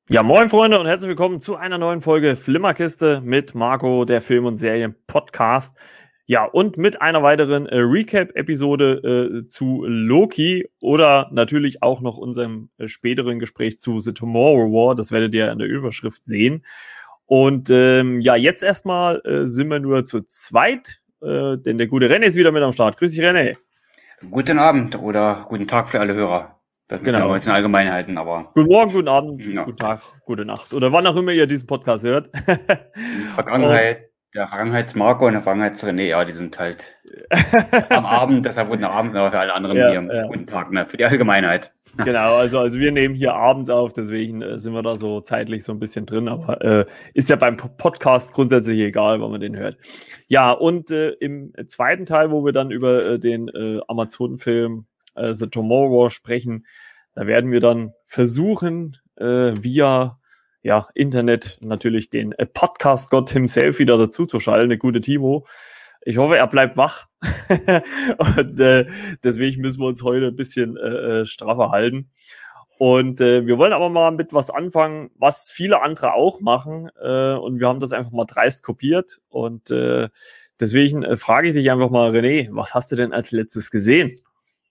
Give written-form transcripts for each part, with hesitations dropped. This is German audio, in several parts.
Ja, moin Freunde und herzlich willkommen zu einer neuen Folge Flimmerkiste mit Marco, der Film- und Serien-Podcast. Ja, und mit einer weiteren Recap-Episode zu Loki oder natürlich auch noch unserem späteren Gespräch zu The Tomorrow War. Das werdet ihr in der Überschrift sehen. Und ja, jetzt erstmal sind wir nur zu zweit, denn der gute René ist wieder mit am Start. Grüß dich, René. Guten Abend oder guten Tag für alle Hörer. Das müssen wir Genau. mal in allgemein halten, aber Guten Morgen, guten Abend, ja. guten Tag, gute Nacht oder wann auch immer ihr diesen Podcast hört. Die Und Vergangenheit, der Vergangenheitsmarco und der Vergangenheitsrené, ja, die sind halt am Abend, deshalb guten Abend, aber für alle anderen ja, hier ja. guten Tag, ne, für die Allgemeinheit. Genau, also wir nehmen hier abends auf, deswegen sind wir da so zeitlich so ein bisschen drin, aber ist ja beim Podcast grundsätzlich egal, wann man den hört. Ja, und im zweiten Teil, wo wir dann über den Amazon-Film The Tomorrow War sprechen, da werden wir dann versuchen, via Internet natürlich den Podcast-Gott himself wieder dazu zu schalten, der gute Timo. Ich hoffe, er bleibt wach. Und deswegen müssen wir uns heute ein bisschen straffer halten. Und wir wollen aber mal mit was anfangen, was viele andere auch machen. Und wir haben das einfach mal dreist kopiert. Und deswegen frage ich dich einfach mal, René, was hast du denn als letztes gesehen?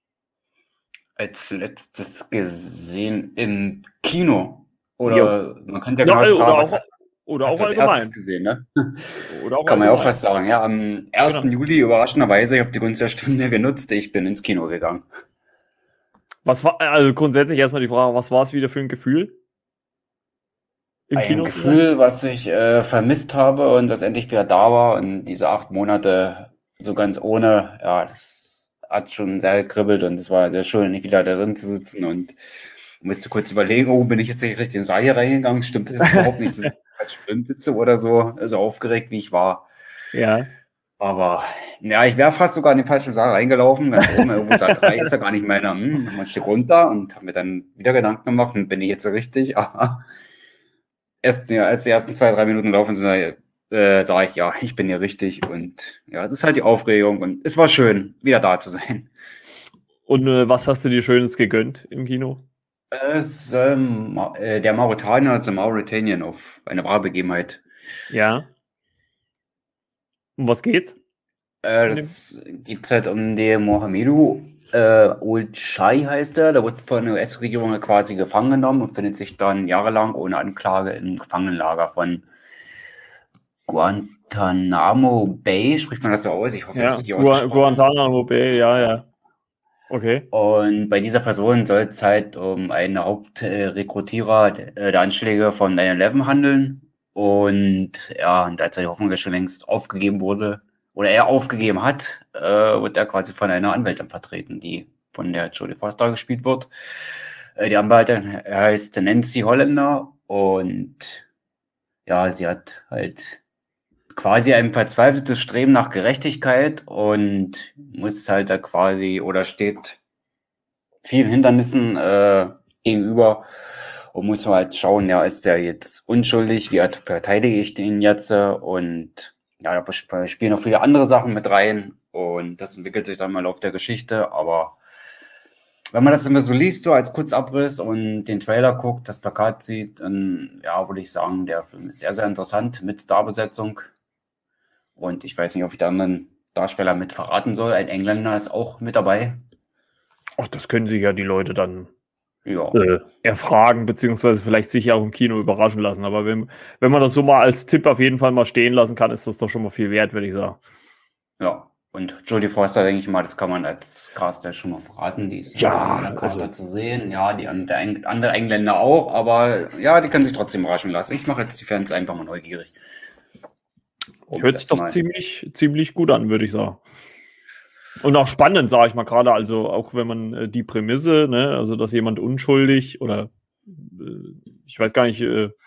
Als letztes gesehen im Kino. Oder man könnte ja genau fragen, oder hast auch du als erstes allgemein. gesehen, ne? Oder auch Kann man ja auch allgemein. fast sagen, ja. Am 1. Genau. Juli, überraschenderweise, ich habe die Gunst der Stunde genutzt, ich bin ins Kino gegangen. Was war, also grundsätzlich erstmal die Frage, was war es wieder für ein Gefühl, im Ein Kino zu sein? Gefühl, was ich vermisst habe und das endlich wieder da war und diese 8 Monate so ganz ohne, ja, das hat schon sehr gekribbelt und es war sehr schön, nicht wieder da drin zu sitzen und musste kurz überlegen, oh, bin ich jetzt nicht richtig in den Saal hier reingegangen? Stimmt das überhaupt nicht, dass ich falsch drin sitze oder so? So aufgeregt, wie ich war. Ja. Aber ja, ich wäre fast sogar in den falschen Saal reingelaufen, ganz oben, irgendwo Saal 3 ist ja gar nicht meiner, noch mal ein Stück runter und habe mir dann wieder Gedanken gemacht, bin ich jetzt so richtig? Aber als die ersten 2, 3 Minuten laufen sind, sage ich, ja, ich bin hier richtig. Und ja, es ist halt die Aufregung und es war schön, wieder da zu sein. Und was hast du dir Schönes gegönnt im Kino? Der Mauretanier, also Mauretanien, auf eine wahre Begebenheit. Ja. Um was geht's? Das geht halt um den Mohamedou Old Shai heißt er. Der wird von der US-Regierung quasi gefangen genommen und findet sich dann jahrelang ohne Anklage im Gefangenenlager von Guantanamo Bay. Spricht man das so aus? Ich hoffe, das ist richtig ausgesprochen. Guantanamo Bay, ja. Okay. Und bei dieser Person soll es halt um einen Hauptrekrutierer der Anschläge von 9/11 handeln. Und ja, und als seine Hoffnung schon längst aufgegeben wurde, oder er aufgegeben hat, wird er quasi von einer Anwältin vertreten, die von der Jodie Foster gespielt wird. Die Anwältin heißt Nancy Holländer und ja, sie hat halt quasi ein verzweifeltes Streben nach Gerechtigkeit und muss halt da quasi oder steht vielen Hindernissen gegenüber und muss halt schauen, ja, ist der jetzt unschuldig, wie verteidige ich den jetzt und ja, da spielen noch viele andere Sachen mit rein und das entwickelt sich dann mal auf der Geschichte, aber wenn man das immer so liest, so als Kurzabriss und den Trailer guckt, das Plakat sieht, dann ja, würde ich sagen, der Film ist sehr, sehr interessant mit Starbesetzung. Und ich weiß nicht, ob ich den anderen Darsteller mit verraten soll. Ein Engländer ist auch mit dabei. Ach, das können sich ja die Leute dann Ja. erfragen, beziehungsweise vielleicht sich ja auch im Kino überraschen lassen. Aber wenn man das so mal als Tipp auf jeden Fall mal stehen lassen kann, ist das doch schon mal viel wert, würde ich sagen. Ja. Und Jodie Foster, denke ich mal, das kann man als Caster schon mal verraten. Die ist ja auf der Karte zu sehen. Ja, die andere Engländer auch. Aber ja, die können sich trotzdem überraschen lassen. Ich mache jetzt die Fans einfach mal neugierig. Hört sich doch ziemlich gut an, würde ich sagen. Und auch spannend, sage ich mal gerade, also auch wenn man die Prämisse, ne, also dass jemand unschuldig oder ich weiß gar nicht,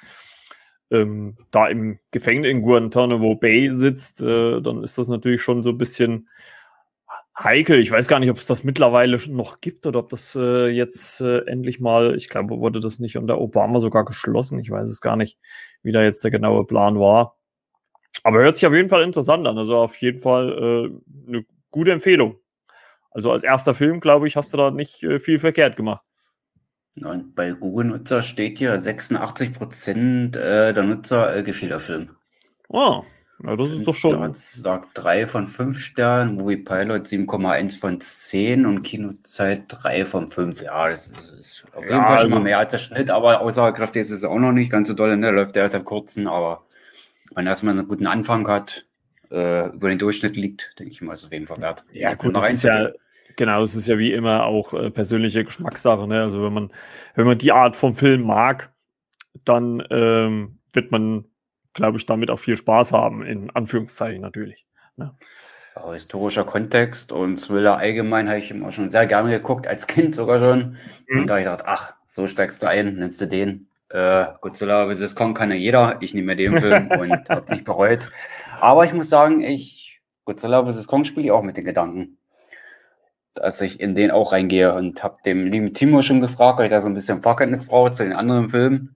da im Gefängnis in Guantanamo Bay sitzt, dann ist das natürlich schon so ein bisschen heikel. Ich weiß gar nicht, ob es das mittlerweile noch gibt oder ob das jetzt endlich mal, ich glaube, wurde das nicht unter Obama sogar geschlossen. Ich weiß es gar nicht, wie da jetzt der genaue Plan war. Aber hört sich auf jeden Fall interessant an. Also auf jeden Fall eine gute Empfehlung. Also als erster Film, glaube ich, hast du da nicht viel verkehrt gemacht. Ja, und bei Google-Nutzer steht hier 86% der Nutzer gefiel der Film. Ah, ja, das ist doch schon. Filmstarts sagt 3 von 5 Sternen, Movie Pilot 7,1 von 10 und Kinozeit 3 von 5. Ja, das ist auf jeden Ja, Fall schon mal also. mehr als der Schnitt, aber aussagekräftig ist es auch noch nicht ganz so doll, ne? Läuft ja erst seit kurzem, aber wenn erstmal so einen guten Anfang hat, über den Durchschnitt liegt, denke ich mal, ist es auf jeden Fall wert, in Ja, den Film gut, mal das ist ja, reinzugehen. genau, es ist ja wie immer auch persönliche Geschmackssache, ne? Also wenn man die Art vom Film mag, dann wird man, glaube ich, damit auch viel Spaß haben, in Anführungszeichen natürlich. Ne? Aber historischer Kontext und Thriller allgemein habe ich immer schon sehr gerne geguckt, als Kind sogar schon. Und Mhm. da habe ich gedacht, ach, so steigst du ein, nennst du den. Godzilla vs. Kong kann ja jeder. Ich nehme mir den Film und habe es nicht bereut. Aber ich muss sagen, Godzilla vs. Kong spiele ich auch mit den Gedanken, dass ich in den auch reingehe und habe dem lieben Timo schon gefragt, weil ich da so ein bisschen Vorkenntnis brauche zu den anderen Filmen.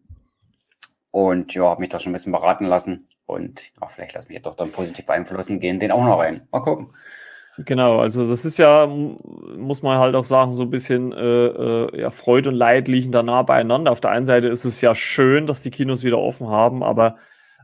Und ja, habe mich da schon ein bisschen beraten lassen. Und ja, vielleicht lasse ich mich doch dann positiv beeinflussen, gehen den auch noch rein. Mal gucken. Genau, also das ist ja, muss man halt auch sagen, so ein bisschen ja, Freude und Leid liegen da nah beieinander. Auf der einen Seite ist es ja schön, dass die Kinos wieder offen haben, aber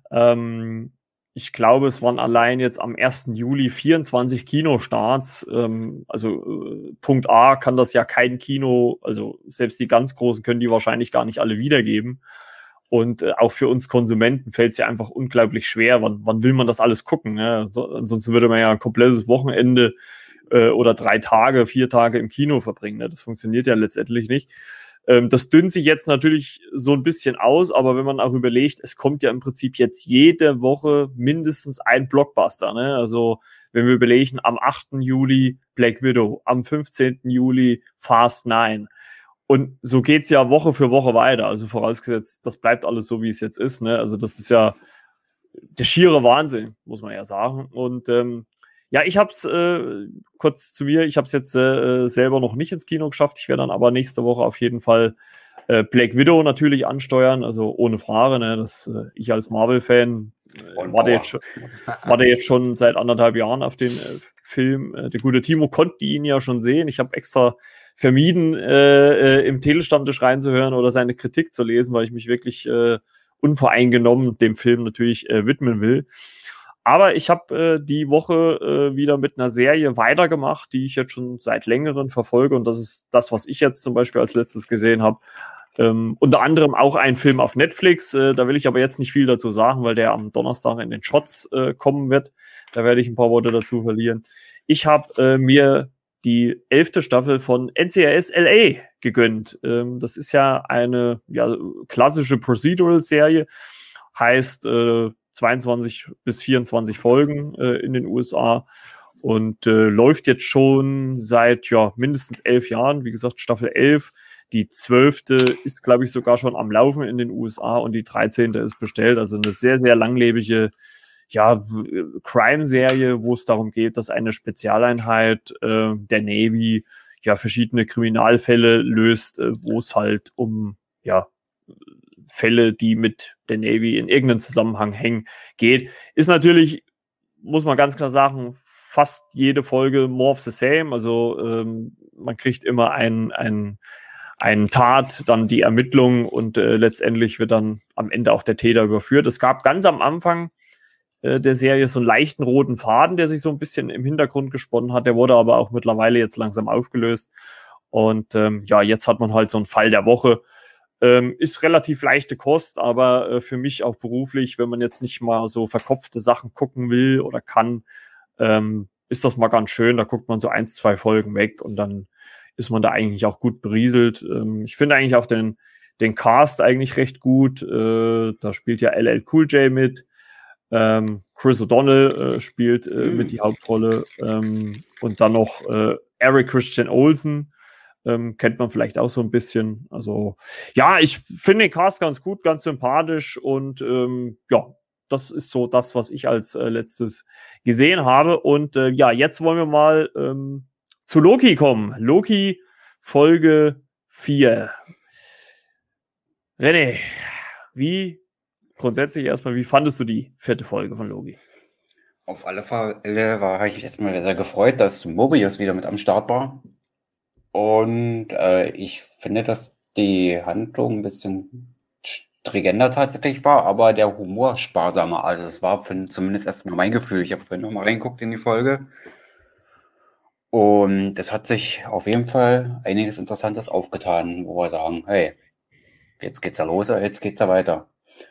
ich glaube, es waren allein jetzt am 1. Juli 24 Kinostarts. Also Punkt A kann das ja kein Kino, also selbst die ganz Großen können die wahrscheinlich gar nicht alle wiedergeben. Und auch für uns Konsumenten fällt es ja einfach unglaublich schwer. Wann will man das alles gucken? Ne? Ansonsten würde man ja ein komplettes Wochenende oder 3 Tage, 4 Tage im Kino verbringen. Ne? Das funktioniert ja letztendlich nicht. Das dünnt sich jetzt natürlich so ein bisschen aus, aber wenn man auch überlegt, es kommt ja im Prinzip jetzt jede Woche mindestens ein Blockbuster. Ne? Also wenn wir überlegen, am 8. Juli Black Widow, am 15. Juli Fast 9. Und so geht's ja Woche für Woche weiter. Also vorausgesetzt, das bleibt alles so, wie es jetzt ist. Ne? Also das ist ja der schiere Wahnsinn, muss man ja sagen. Und ja, ich habe es kurz zu mir, ich habe es jetzt selber noch nicht ins Kino geschafft. Ich werde dann aber nächste Woche auf jeden Fall Black Widow natürlich ansteuern, also ohne Frage. Ne? Ich als Marvel-Fan Frauenpower. warte jetzt schon seit 1,5 Jahren auf den Film. Der gute Timo konnte ihn ja schon sehen. Ich habe extra vermieden, im Telestammtisch reinzuhören oder seine Kritik zu lesen, weil ich mich wirklich unvoreingenommen dem Film natürlich widmen will. Aber ich habe die Woche wieder mit einer Serie weitergemacht, die ich jetzt schon seit längerem verfolge. Und das ist das, was ich jetzt zum Beispiel als letztes gesehen habe. Unter anderem auch ein Film auf Netflix. Da will ich aber jetzt nicht viel dazu sagen, weil der am Donnerstag in den Shots kommen wird. Da werde ich ein paar Worte dazu verlieren. Ich habe mir die 11. Staffel von NCIS LA gegönnt. Das ist ja eine klassische Procedural-Serie. Heißt 22 bis 24 Folgen in den USA und läuft jetzt schon seit mindestens 11 Jahren. Wie gesagt, Staffel 11. Die 12. ist, glaube ich, sogar schon am Laufen in den USA und die 13. ist bestellt. Also eine sehr, sehr langlebige Crime-Serie, wo es darum geht, dass eine Spezialeinheit der Navy verschiedene Kriminalfälle löst, wo es halt um Fälle, die mit der Navy in irgendeinem Zusammenhang hängen, geht. Ist natürlich, muss man ganz klar sagen, fast jede Folge more of the same. Also man kriegt immer einen Tat, dann die Ermittlung und letztendlich wird dann am Ende auch der Täter überführt. Es gab ganz am Anfang der Serie so einen leichten roten Faden, der sich so ein bisschen im Hintergrund gesponnen hat. Der wurde aber auch mittlerweile jetzt langsam aufgelöst. Und jetzt hat man halt so einen Fall der Woche. Ist relativ leichte Kost, aber für mich auch beruflich, wenn man jetzt nicht mal so verkopfte Sachen gucken will oder kann, ist das mal ganz schön. Da guckt man so 1, 2 Folgen weg und dann ist man da eigentlich auch gut berieselt. Ich finde eigentlich auch den Cast eigentlich recht gut. Da spielt ja LL Cool J mit. Chris O'Donnell spielt mit die Hauptrolle. Und dann noch Eric Christian Olsen. Kennt man vielleicht auch so ein bisschen. Also, ja, ich finde den Cast ganz gut, ganz sympathisch und das ist so das, was ich als letztes gesehen habe. Und jetzt wollen wir mal zu Loki kommen. Loki Folge 4. René, grundsätzlich erstmal, wie fandest du die 4. Folge von Loki? Auf alle Fälle habe ich mich jetzt mal sehr gefreut, dass Mobius wieder mit am Start war. Und ich finde, dass die Handlung ein bisschen stringenter tatsächlich war, aber der Humor sparsamer. Also das war zumindest erstmal mein Gefühl. Ich habe vorhin noch mal reingeguckt in die Folge. Und es hat sich auf jeden Fall einiges Interessantes aufgetan, wo wir sagen, hey, jetzt geht's ja los, jetzt geht's ja weiter.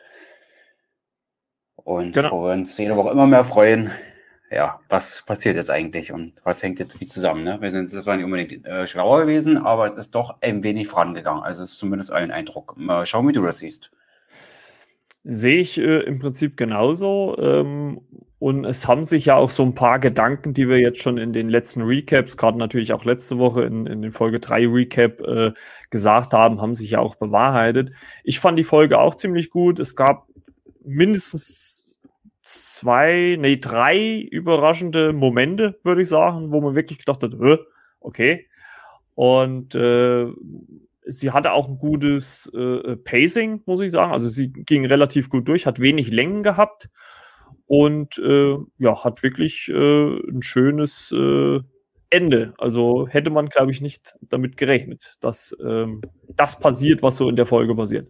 Und Genau. wo wir uns jede Woche immer mehr freuen, ja, was passiert jetzt eigentlich und was hängt jetzt wie zusammen, ne? Wir sind zwar nicht unbedingt schlauer gewesen, aber es ist doch ein wenig vorangegangen. Also es ist zumindest ein Eindruck. Mal schauen, wie du das siehst. Sehe ich im Prinzip genauso. Und es haben sich ja auch so ein paar Gedanken, die wir jetzt schon in den letzten Recaps, gerade natürlich auch letzte Woche in den Folge 3 Recap gesagt haben sich ja auch bewahrheitet. Ich fand die Folge auch ziemlich gut. Es gab mindestens drei überraschende Momente, würde ich sagen, wo man wirklich gedacht hat, okay. Und sie hatte auch ein gutes Pacing, muss ich sagen. Also sie ging relativ gut durch, hat wenig Längen gehabt und ja, hat wirklich ein schönes Ende. Also hätte man, glaube ich, nicht damit gerechnet, dass das passiert, was so in der Folge passiert.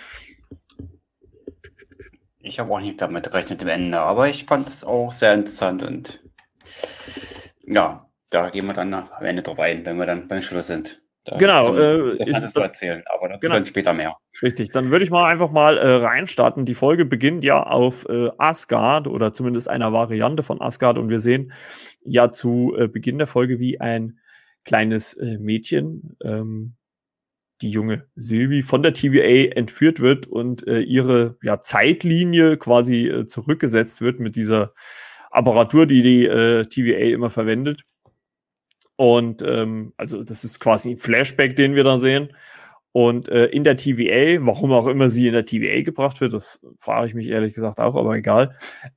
Ich habe auch nicht damit gerechnet im Ende, aber ich fand es auch sehr interessant und ja, da gehen wir dann am Ende drauf ein, wenn wir dann beim Schluss sind. Da Genau. das hattest du erzählen, aber dazu genau. dann später mehr. Richtig, dann würde ich mal einfach mal reinstarten. Die Folge beginnt ja auf Asgard oder zumindest einer Variante von Asgard und wir sehen ja zu Beginn der Folge, wie ein kleines Mädchen, die junge Sylvie, von der TVA entführt wird und ihre Zeitlinie quasi zurückgesetzt wird mit dieser Apparatur, die die TVA immer verwendet. Und also das ist quasi ein Flashback, den wir da sehen. Und in der TVA, warum auch immer sie in der TVA gebracht wird, das frage ich mich ehrlich gesagt auch, aber egal,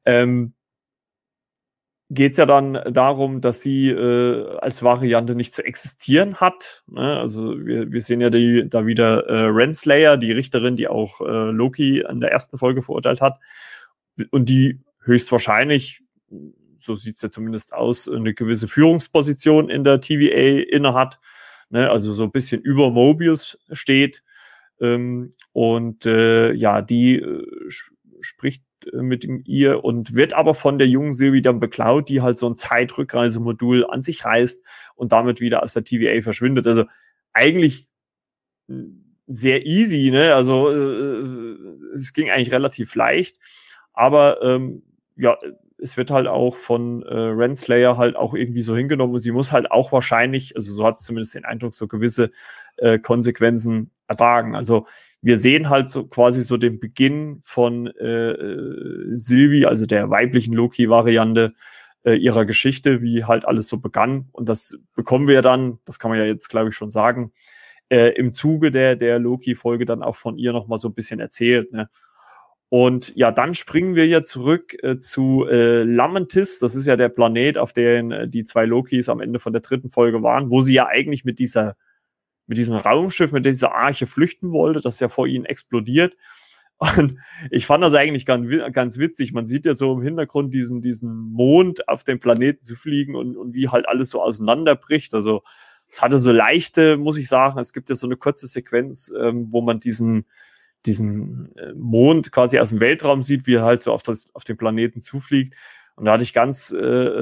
geht es ja dann darum, dass sie als Variante nicht zu existieren hat. Ne? Also wir sehen ja da wieder Renslayer, die Richterin, die auch Loki in der ersten Folge verurteilt hat. Und die höchstwahrscheinlich, so sieht es ja zumindest aus, eine gewisse Führungsposition in der TVA innehat. Ne? Also so ein bisschen über Mobius steht. Und ja, die spricht mit ihr und wird aber von der jungen Sylvie dann beklaut, die halt so ein Zeitrückreisemodul an sich reißt und damit wieder aus der TVA verschwindet. Also eigentlich sehr easy, ne? Also es ging eigentlich relativ leicht, aber ja, es wird halt auch von Renslayer halt auch irgendwie so hingenommen und sie muss halt auch wahrscheinlich, also so hat es zumindest den Eindruck, so gewisse Konsequenzen ertragen. Also wir sehen halt so quasi so den Beginn von Sylvie, also der weiblichen Loki-Variante ihrer Geschichte, wie halt alles so begann. Und das bekommen wir dann, das kann man ja jetzt, glaube ich, schon sagen, im Zuge der Loki-Folge dann auch von ihr nochmal so ein bisschen erzählt. Ne? Und ja, dann springen wir ja zurück zu Lamentis. Das ist ja der Planet, auf dem die zwei Lokis am Ende von der dritten Folge waren, wo sie ja eigentlich mit diesem Raumschiff, mit dieser Arche flüchten wollte, das ja vor ihnen explodiert. Und ich fand das eigentlich ganz witzig. Man sieht ja so im Hintergrund diesen Mond auf dem Planeten zu fliegen und wie halt alles so auseinanderbricht. Also es hatte so leichte, muss ich sagen, es gibt ja so eine kurze Sequenz, wo man diesen Mond quasi aus dem Weltraum sieht, wie er halt so auf den Planeten zufliegt. Und da hatte ich ganz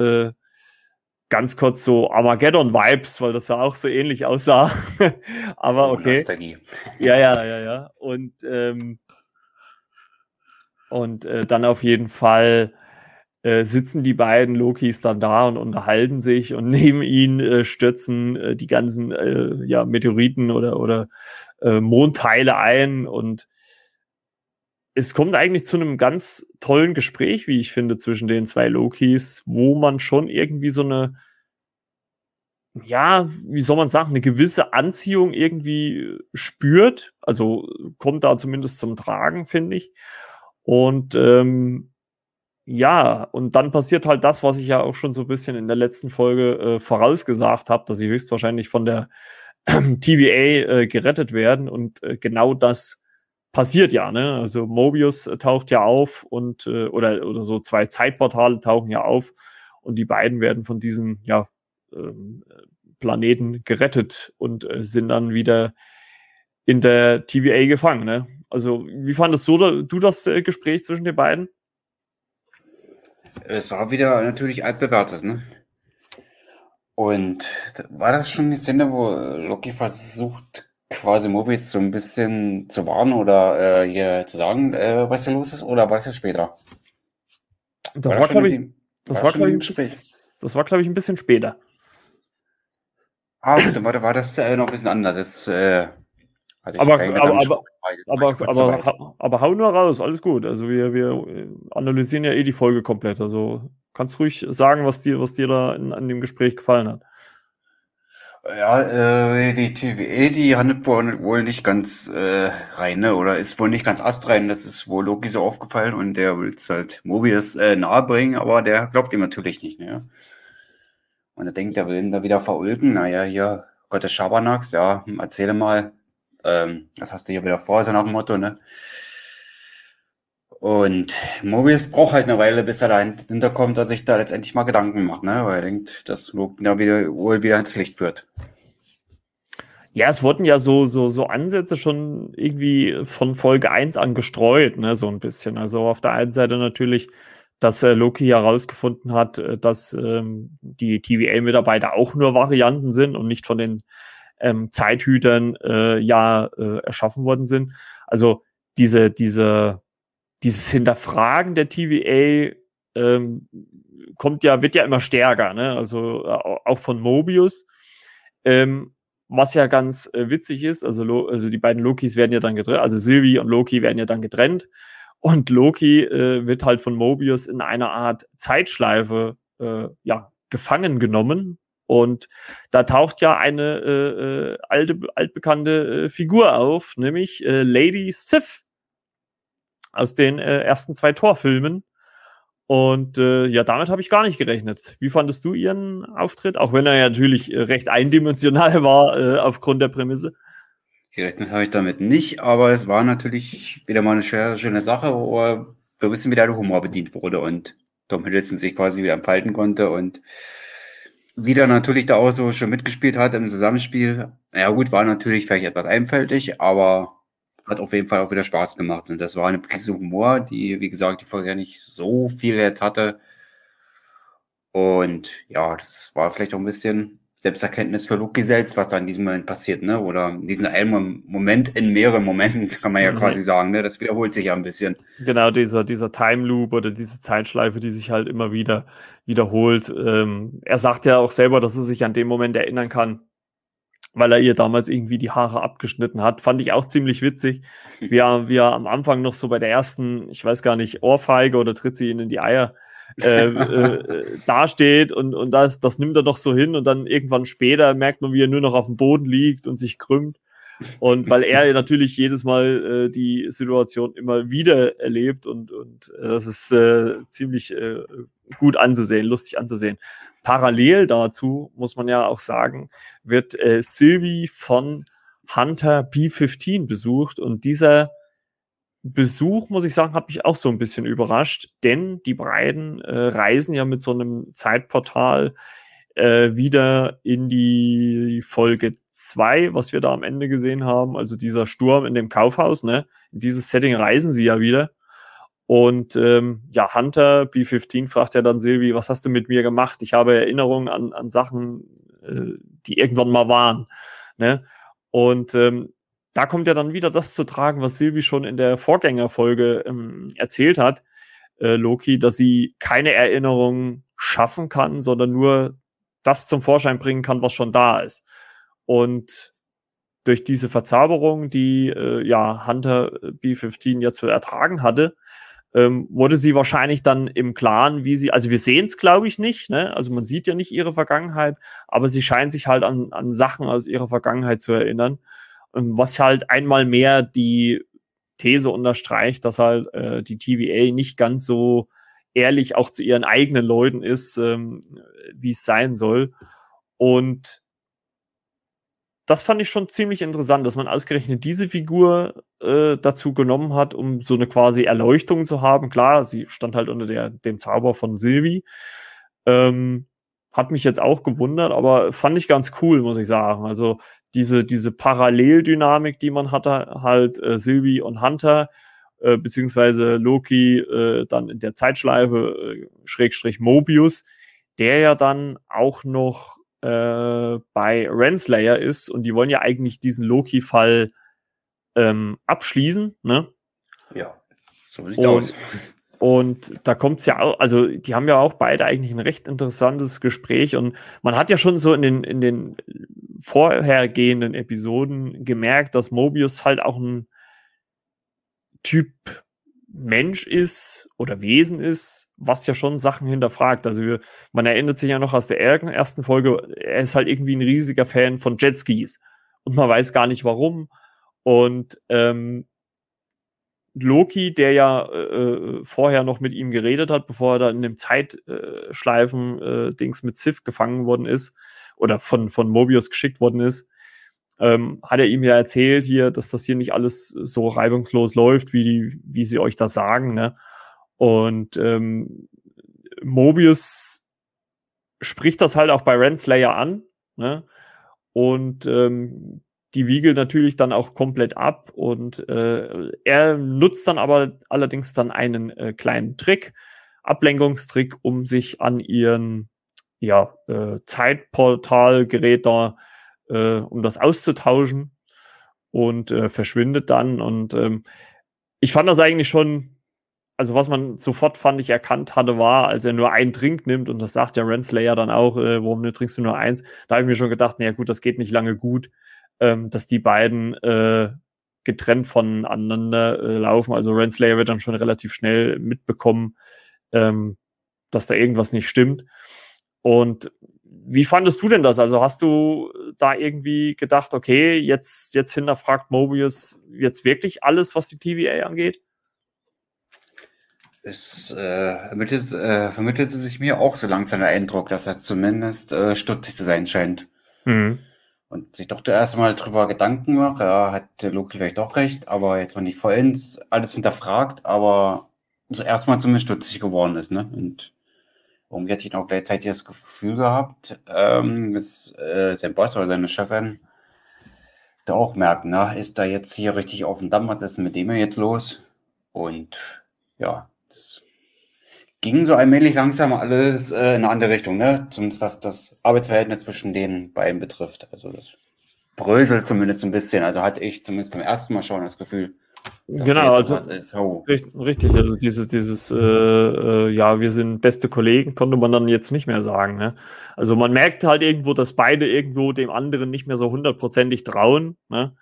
kurz so Armageddon-Vibes, weil das ja auch so ähnlich aussah. Aber okay. Nostalgie. Ja. Und dann auf jeden Fall sitzen die beiden Lokis dann da und unterhalten sich und neben ihnen stürzen die ganzen Meteoriten oder Mondteile ein und es kommt eigentlich zu einem ganz tollen Gespräch, wie ich finde, zwischen den zwei Lokis, wo man schon irgendwie so eine, ja, wie soll man sagen, eine gewisse Anziehung irgendwie spürt. Also kommt da zumindest zum Tragen, finde ich. Und ja, und dann passiert halt das, was ich ja auch schon so ein bisschen in der letzten Folge vorausgesagt habe, dass sie höchstwahrscheinlich von der TVA gerettet werden. Und genau das passiert ja, ne? Also Mobius taucht ja auf und oder so zwei Zeitportale tauchen ja auf und die beiden werden von diesen Planeten gerettet und sind dann wieder in der TVA gefangen, ne? Also, wie fandest du das Gespräch zwischen den beiden? Es war wieder natürlich altbewährtes, ne? Und war das schon die Szene, wo Loki versucht, quasi Mobius so ein bisschen zu warnen oder hier zu sagen, was da los ist? Oder war das ja später? Das war, glaube ich, War das das war, schon glaube ich, im Gespräch? das war, glaube ich, ein bisschen später. Ah, gut, dann war das noch ein bisschen anders. Jetzt hatte ich Aber, gleich mit aber, am aber, Sprung. Jetzt war ich aber, kurz zu aber, weit. aber hau nur raus, alles gut. Also wir analysieren ja eh die Folge komplett. Also kannst ruhig sagen, was dir da an dem Gespräch gefallen hat. Ja, die TVA, die handelt wohl nicht ganz rein, ne? Oder ist wohl nicht ganz astrein. Das ist wohl Loki so aufgefallen und der will es halt Mobius nahebringen, aber der glaubt ihm natürlich nicht, ne? Und er denkt, er will ihn da wieder verulken. Naja, hier, Gott des Schabernacks, ja, erzähle mal, was hast du hier wieder vor, so nach dem Motto, ne? Und Mobius braucht halt eine Weile, bis er da hinterkommt, dass sich da letztendlich mal Gedanken macht, ne? Weil er denkt, dass Loki da wohl wieder ins Licht führt. Ja, es wurden ja so Ansätze schon irgendwie von Folge 1 an gestreut, ne, so ein bisschen. Also auf der einen Seite natürlich, dass Loki herausgefunden hat, dass die TVA-Mitarbeiter auch nur Varianten sind und nicht von den Zeithütern erschaffen worden sind. Also dieses Hinterfragen der TVA wird ja immer stärker, ne? Also auch von Mobius. Was ja ganz witzig ist, also die beiden Lokis werden ja dann getrennt, also Sylvie und Loki werden ja dann getrennt und Loki wird halt von Mobius in einer Art Zeitschleife gefangen genommen und da taucht ja eine altbekannte Figur auf, nämlich Lady Sif aus den ersten 2 Torfilmen. Und damit habe ich gar nicht gerechnet. Wie fandest du ihren Auftritt? Auch wenn er ja natürlich recht eindimensional war aufgrund der Prämisse. Gerechnet habe ich damit nicht, aber es war natürlich wieder mal eine schöne Sache, wo so ein bisschen wieder der Humor bedient wurde und Tom Hiddleston sich quasi wieder entfalten konnte und sie dann natürlich da auch so schon mitgespielt hat im Zusammenspiel. Ja gut, war natürlich vielleicht etwas einfältig, aber hat auf jeden Fall auch wieder Spaß gemacht. Und das war eine Prise Humor, die, wie gesagt, die vorher nicht so viel jetzt hatte. Und ja, das war vielleicht auch ein bisschen Selbsterkenntnis für Loki selbst, was da in diesem Moment passiert, ne? Oder in diesem einen Moment in mehreren Momenten, kann man ja quasi sagen, ne? Das wiederholt sich ja ein bisschen. Genau, dieser Time Loop oder diese Zeitschleife, die sich halt immer wieder wiederholt. Er sagt ja auch selber, dass er sich an den Moment erinnern kann, weil er ihr damals irgendwie die Haare abgeschnitten hat. Fand ich auch ziemlich witzig, wie er am Anfang noch so bei der ersten, ich weiß gar nicht, Ohrfeige oder tritt sie ihn in die Eier, dasteht und das nimmt er doch so hin und dann irgendwann später merkt man, wie er nur noch auf dem Boden liegt und sich krümmt. Und weil er natürlich jedes Mal die Situation immer wieder erlebt und das ist ziemlich gut anzusehen, lustig anzusehen. Parallel dazu, muss man ja auch sagen, wird Sylvie von Hunter B-15 besucht und dieser Besuch, muss ich sagen, hat mich auch so ein bisschen überrascht, denn die beiden reisen ja mit so einem Zeitportal wieder in die Folge 2, was wir da am Ende gesehen haben, also dieser Sturm in dem Kaufhaus, ne? In dieses Setting reisen sie ja wieder. Und Hunter B-15 fragt ja dann Sylvie, was hast du mit mir gemacht? Ich habe Erinnerungen an Sachen, die irgendwann mal waren. Ne? Und da kommt ja dann wieder das zu tragen, was Sylvie schon in der Vorgängerfolge erzählt hat, Loki, dass sie keine Erinnerungen schaffen kann, sondern nur das zum Vorschein bringen kann, was schon da ist. Und durch diese Verzauberung, die Hunter B-15 ja zu ertragen hatte, wurde sie wahrscheinlich dann im Klaren, also wir sehen es, glaube ich, nicht, ne? Also man sieht ja nicht ihre Vergangenheit, aber sie scheint sich halt an Sachen aus ihrer Vergangenheit zu erinnern, was halt einmal mehr die These unterstreicht, dass halt die TVA nicht ganz so ehrlich auch zu ihren eigenen Leuten ist, wie es sein soll. Und das fand ich schon ziemlich interessant, dass man ausgerechnet diese Figur dazu genommen hat, um so eine quasi Erleuchtung zu haben. Klar, sie stand halt unter dem Zauber von Sylvie. Hat mich jetzt auch gewundert, aber fand ich ganz cool, muss ich sagen. Also diese Paralleldynamik, die man hatte, halt Sylvie und Hunter, beziehungsweise Loki dann in der Zeitschleife, Schrägstrich Mobius, der ja dann auch noch bei Renslayer ist und die wollen ja eigentlich diesen Loki-Fall abschließen, ne? Ja, so sieht's aus. Und da kommt es ja auch, also die haben ja auch beide eigentlich ein recht interessantes Gespräch und man hat ja schon so in den vorhergehenden Episoden gemerkt, dass Mobius halt auch ein Typ Mensch ist oder Wesen ist, was ja schon Sachen hinterfragt. Also man erinnert sich ja noch aus der ersten Folge, er ist halt irgendwie ein riesiger Fan von Jetskis und man weiß gar nicht warum. Und Loki, der ja vorher noch mit ihm geredet hat, bevor er da in dem Zeitschleifen-Dings mit Sif gefangen worden ist oder von Mobius geschickt worden ist, hat er ihm ja erzählt hier, dass das hier nicht alles so reibungslos läuft, wie sie euch das sagen, ne? Und Mobius spricht das halt auch bei Renslayer an, ne? Und die wiegelt natürlich dann auch komplett ab und er nutzt dann aber allerdings dann einen kleinen Trick, Ablenkungstrick, um sich an ihren Zeitportalgerät da, um das auszutauschen und verschwindet dann und ich fand das eigentlich schon, also was man sofort, fand ich, erkannt hatte, war, als er nur einen Trink nimmt und das sagt ja Renslayer dann auch, warum trinkst du nur eins? Da habe ich mir schon gedacht, naja gut, das geht nicht lange gut, dass die beiden getrennt voneinander laufen. Also Renslayer wird dann schon relativ schnell mitbekommen, dass da irgendwas nicht stimmt. Und wie fandest du denn das? Also hast du da irgendwie gedacht, okay, jetzt hinterfragt Mobius jetzt wirklich alles, was die TVA angeht? Es vermittelte sich mir auch so langsam der Eindruck, dass er zumindest stutzig zu sein scheint. Mhm. Und sich doch erst mal drüber Gedanken macht, ja, hat der Loki vielleicht doch recht, aber jetzt noch nicht vollends alles hinterfragt, aber zuerst mal zumindest stutzig geworden ist, ne? Und irgendwie hatte ich auch gleichzeitig das Gefühl gehabt, dass sein Boss oder seine Chefin da auch merkt, na, ist da jetzt hier richtig auf dem Damm, was ist denn mit dem hier jetzt los? Und ja, das ging so allmählich langsam alles in eine andere Richtung, ne? Zumindest was das Arbeitsverhältnis zwischen den beiden betrifft. Also das bröselt zumindest ein bisschen. Also hatte ich zumindest beim ersten Mal schon das Gefühl, dass da Genau, jetzt also was ist. Oh. richtig, also dieses ja, wir sind beste Kollegen, konnte man dann jetzt nicht mehr sagen, ne? Also man merkt halt irgendwo, dass beide irgendwo dem anderen nicht mehr so hundertprozentig trauen, ne?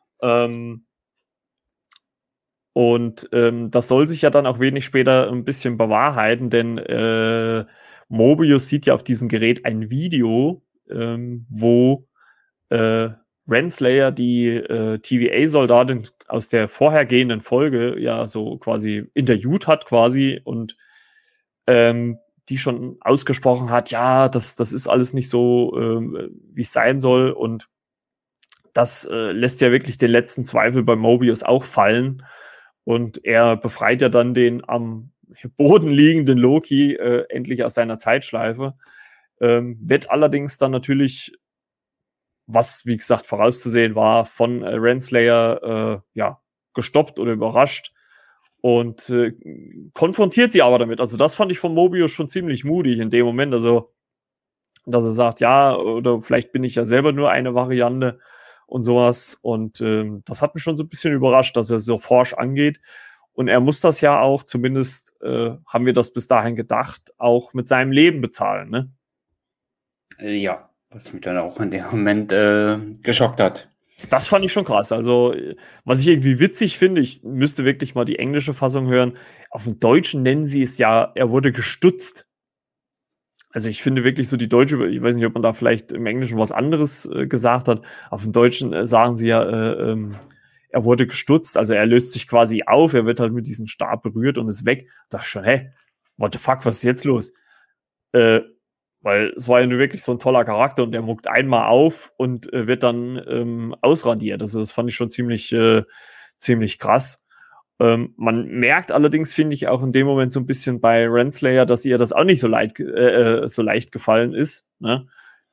Und das soll sich ja dann auch wenig später ein bisschen bewahrheiten, denn Mobius sieht ja auf diesem Gerät ein Video, wo Renslayer die TVA-Soldatin aus der vorhergehenden Folge ja so quasi interviewt hat quasi und die schon ausgesprochen hat, ja, das ist alles nicht so, wie es sein soll und das lässt ja wirklich den letzten Zweifel bei Mobius auch fallen. Und er befreit ja dann den am Boden liegenden Loki endlich aus seiner Zeitschleife. Wird allerdings dann natürlich, was wie gesagt vorauszusehen war, von Renslayer gestoppt oder überrascht und konfrontiert sie aber damit. Also das fand ich von Mobius schon ziemlich mutig in dem Moment. Also, dass er sagt, ja, oder vielleicht bin ich ja selber nur eine Variante und sowas. Und das hat mich schon so ein bisschen überrascht, dass er so forsch angeht. Und er muss das ja auch, zumindest haben wir das bis dahin gedacht, auch mit seinem Leben bezahlen, ne? Ja, was mich dann auch in dem Moment geschockt hat. Das fand ich schon krass. Also, was ich irgendwie witzig finde, ich müsste wirklich mal die englische Fassung hören. Auf dem Deutschen nennen sie es ja, er wurde gestutzt. Also ich finde wirklich so die deutsche, ich weiß nicht, ob man da vielleicht im Englischen was anderes gesagt hat. Auf dem Deutschen sagen sie ja, er wurde gestutzt, also er löst sich quasi auf, er wird halt mit diesem Stab berührt und ist weg. Da dachte ich schon, hä, what the fuck, was ist jetzt los? Weil es war ja nur wirklich so ein toller Charakter und der muckt einmal auf und wird dann ausradiert. Also das fand ich schon ziemlich krass. Man merkt allerdings, finde ich, auch in dem Moment so ein bisschen bei Renslayer, dass ihr das auch nicht so leicht gefallen ist, ne?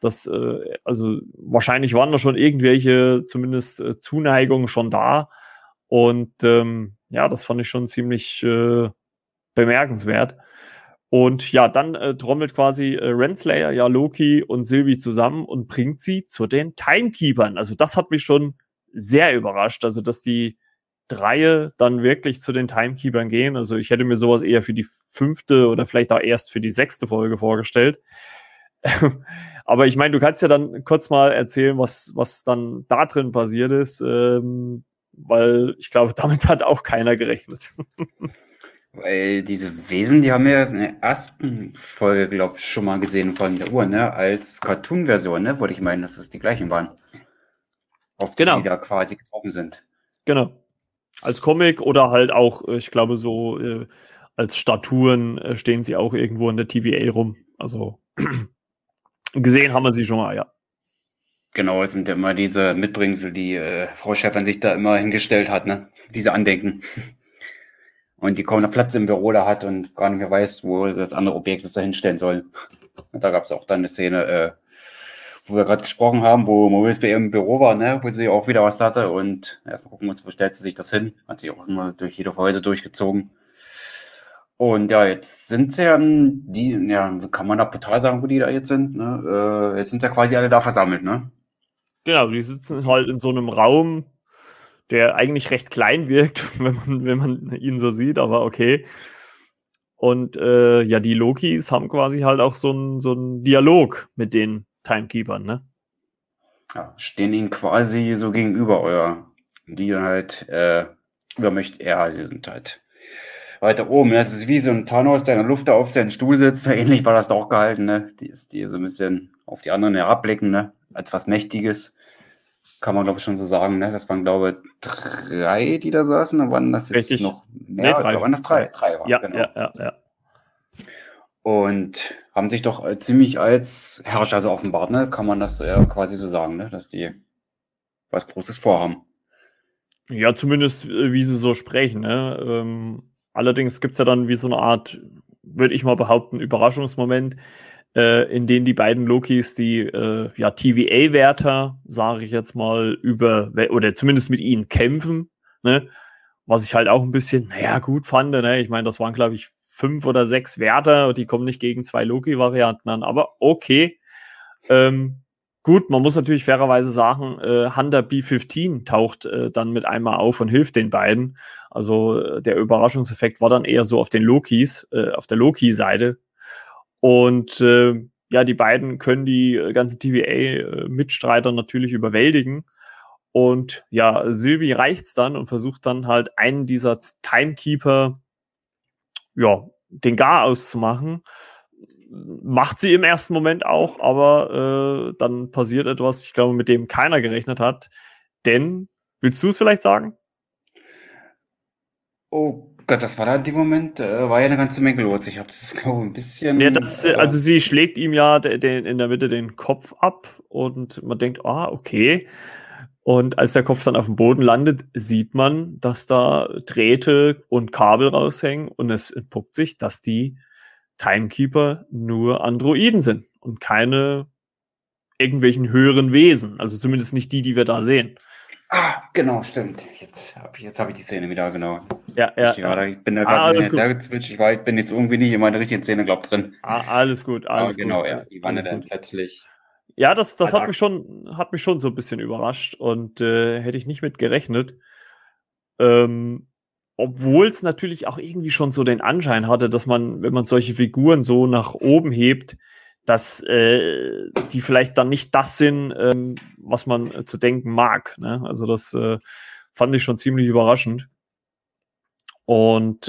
Also wahrscheinlich waren da schon irgendwelche, zumindest Zuneigungen schon da. Und ja, das fand ich schon ziemlich bemerkenswert. Und ja, dann trommelt quasi Renslayer, ja, Loki und Sylvie zusammen und bringt sie zu den Timekeepern. Also das hat mich schon sehr überrascht, also dass die Dreie dann wirklich zu den Timekeepern gehen. Also ich hätte mir sowas eher für die 5. oder vielleicht auch erst für die 6. Folge vorgestellt. Aber ich meine, du kannst ja dann kurz mal erzählen, was dann da drin passiert ist, weil ich glaube, damit hat auch keiner gerechnet. Weil diese Wesen, die haben wir in der ersten Folge, glaube ich, schon mal gesehen von der Uhr, ne? Als Cartoon-Version, ne? Wollte ich meinen, dass das die gleichen waren. Auf die sie da quasi getroffen sind. Genau. Als Comic oder halt auch, ich glaube, so als Statuen stehen sie auch irgendwo in der TVA rum. Also gesehen haben wir sie schon mal, ja. Genau, es sind ja immer diese Mitbringsel, die Frau Schäffern sich da immer hingestellt hat, ne? Diese Andenken. Und die kaum noch Platz im Büro da hat und gar nicht mehr weiß, wo das andere Objekt es da hinstellen soll. Und da gab es auch dann eine Szene, wo wir gerade gesprochen haben, wo Maurice bei ihrem Büro war, ne, wo sie auch wieder was hatte und erstmal gucken muss, wo stellt sie sich das hin. Hat sie auch immer durch jede Häuser durchgezogen. Und ja, jetzt sind sie ja, kann man da brutal sagen, wo die da jetzt sind, ne? Jetzt sind ja quasi alle da versammelt, ne? Genau, die sitzen halt in so einem Raum, der eigentlich recht klein wirkt, wenn man ihn so sieht, aber okay. Und ja, die Lokis haben quasi halt auch so einen Dialog mit den Timekeepern, ne? Ja, stehen ihnen quasi so gegenüber, oder die halt sie sind halt weiter oben. Das ist wie so ein Thanos, der in der Luft da auf seinem Stuhl sitzt. Ähnlich war das da auch gehalten, ne? Die so ein bisschen auf die anderen herabblicken, ne? Als was Mächtiges. Kann man, glaube ich, schon so sagen, ne? Das waren, glaube ich, 3, die da saßen. Und waren das jetzt Richtig. noch mehr? Nee, 3. Waren das 3? 3 waren, ja, genau. Ja. Und haben sich doch ziemlich als Herrscher so offenbart, ne? Kann man das quasi so sagen, ne? Dass die was Großes vorhaben. Ja, zumindest wie sie so sprechen, ne? Allerdings gibt es ja dann wie so eine Art, würde ich mal behaupten, Überraschungsmoment, in denen die beiden Lokis die ja, TVA-Wärter, sage ich jetzt mal, oder zumindest mit ihnen kämpfen, ne? Was ich halt auch ein bisschen, naja, gut fand, ne? Ich meine, das waren, glaube ich, 5 oder 6 Wärter und die kommen nicht gegen 2 Loki-Varianten an, aber okay. Gut, man muss natürlich fairerweise sagen, Hunter B15 taucht dann mit einmal auf und hilft den beiden. Also der Überraschungseffekt war dann eher so auf den Lokis, auf der Loki-Seite. Und ja, die beiden können die ganze TVA-Mitstreiter natürlich überwältigen. Und ja, Sylvie reicht's dann und versucht dann halt einen dieser Timekeeper, ja, den Garaus zu machen. Macht sie im ersten Moment auch, aber dann passiert etwas, ich glaube, mit dem keiner gerechnet hat. Denn, willst du es vielleicht sagen? Oh Gott, das war da in dem Moment, war ja eine ganze Menge los. Ich habe das, glaube ich, ein bisschen. Ja, also sie schlägt ihm ja in der Mitte den Kopf ab und man denkt, okay. Und als der Kopf dann auf dem Boden landet, sieht man, dass da Drähte und Kabel raushängen und es entpuppt sich, dass die Timekeeper nur Androiden sind und keine irgendwelchen höheren Wesen. Also zumindest nicht die wir da sehen. Ah, genau, stimmt. Jetzt hab ich die Szene wieder, genau. Ja. Ich bin da gerade ich bin jetzt irgendwie nicht in meiner richtigen Szene, glaube ich, drin. Alles gut, alles genau, gut. Ja, die waren dann plötzlich. Ja, das hat mich schon so ein bisschen überrascht und hätte ich nicht mit gerechnet. Obwohl es natürlich auch irgendwie schon so den Anschein hatte, dass man, wenn man solche Figuren so nach oben hebt, dass die vielleicht dann nicht das sind, was man zu denken mag. Ne? Also das fand ich schon ziemlich überraschend. Und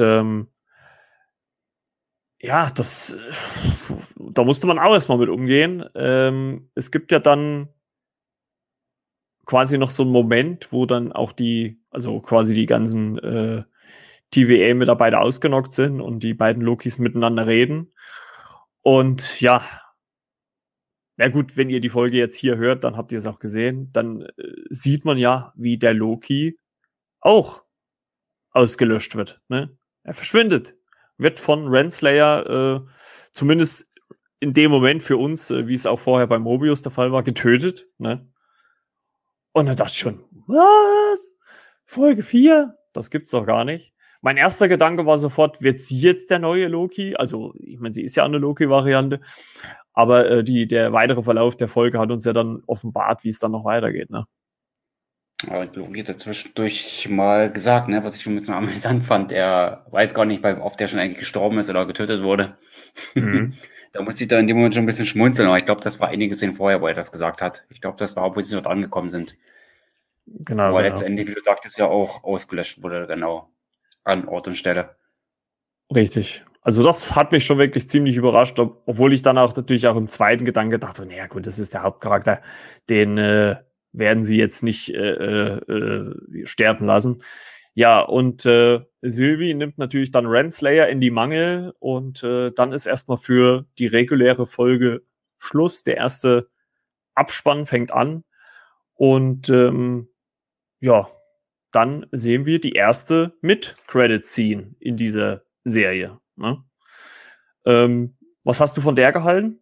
ja, da musste man auch erstmal mit umgehen. Es gibt ja dann quasi noch so einen Moment, wo dann auch also quasi die ganzen TVA-Mitarbeiter ausgenockt sind und die beiden Lokis miteinander reden. Und ja, na gut, wenn ihr die Folge jetzt hier hört, dann habt ihr es auch gesehen. Dann sieht man ja, wie der Loki auch ausgelöscht wird. Ne? Er verschwindet. Wird von Renslayer zumindest in dem Moment für uns, wie es auch vorher bei Mobius der Fall war, getötet. Ne? Und dann dachte ich schon, was? Folge 4? Das gibt's doch gar nicht. Mein erster Gedanke war sofort, wird sie jetzt der neue Loki? Also, ich meine, sie ist ja eine Loki-Variante. Aber der weitere Verlauf der Folge hat uns ja dann offenbart, wie es dann noch weitergeht. Ne? Ja, und Loki hat zwischendurch mal gesagt, ne, was ich schon ein bisschen amüsant fand. Er weiß gar nicht, wie oft der schon eigentlich gestorben ist oder getötet wurde. Mhm. Da musste ich da in dem Moment schon ein bisschen schmunzeln, aber ich glaube, das war einige Szenen vorher, wo er das gesagt hat. Ich glaube, das war, obwohl sie dort angekommen sind. Genau. Wo er letztendlich, wie du sagtest, ja auch ausgelöscht wurde, genau. An Ort und Stelle. Richtig. Also das hat mich schon wirklich ziemlich überrascht, obwohl ich dann auch natürlich auch im zweiten Gedanke dachte, naja gut, das ist der Hauptcharakter, den werden sie jetzt nicht sterben lassen. Ja, und Sylvie nimmt natürlich dann Renslayer in die Mangel und dann ist erstmal für die reguläre Folge Schluss. Der erste Abspann fängt an und ja, dann sehen wir die erste Mid-Credit-Scene in dieser Serie. Ne? Was hast du von der gehalten?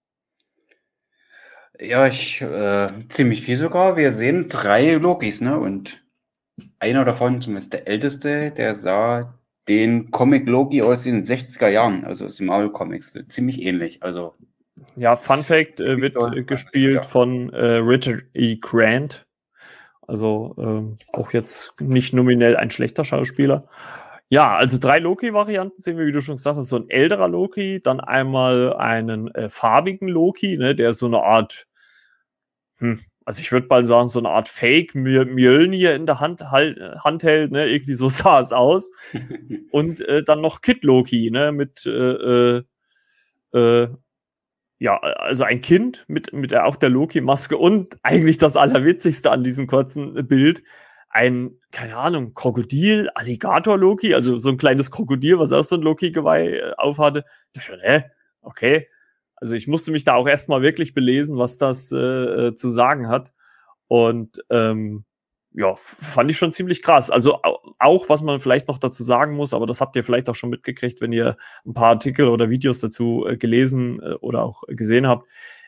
Ja, ziemlich viel sogar. Wir sehen 3 Lokis, ne? Und einer davon, zumindest der älteste, der sah den Comic Loki aus den 60er Jahren, also aus den Marvel Comics, ziemlich ähnlich. Also ja, Fun Fact, wird gespielt von Richard E. Grant. Also auch jetzt nicht nominell ein schlechter Schauspieler. Ja, also 3 Loki-Varianten sehen wir, wie du schon gesagt hast, so ein älterer Loki, dann einmal einen farbigen Loki, ne, der so eine Art, also ich würde mal sagen, so eine Art Fake Mjölnir in der Hand hält, ne, irgendwie so sah es aus. Und dann noch Kid Loki, ne, mit ja, also ein Kind mit auch der Loki-Maske und eigentlich das Allerwitzigste an diesem kurzen Bild, ein, keine Ahnung, Krokodil, Alligator-Loki, also so ein kleines Krokodil, was auch so ein Loki-Geweih aufhatte. Da dachte ich, okay. Also ich musste mich da auch erstmal wirklich belesen, was das zu sagen hat. Und ja, fand ich schon ziemlich krass. Also auch, was man vielleicht noch dazu sagen muss, aber das habt ihr vielleicht auch schon mitgekriegt, wenn ihr ein paar Artikel oder Videos dazu gelesen oder auch gesehen habt.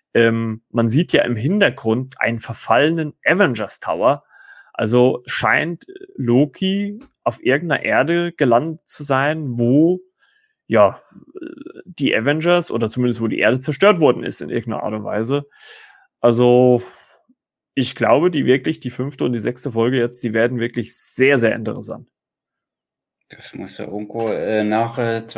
Man sieht ja im Hintergrund einen verfallenen Avengers Tower. Also scheint Loki auf irgendeiner Erde gelandet zu sein, wo ja die Avengers oder zumindest wo die Erde zerstört worden ist in irgendeiner Art und Weise. Also ich glaube, die 5. und die 6. Folge jetzt, die werden wirklich sehr, sehr interessant. Das muss ja irgendwo nach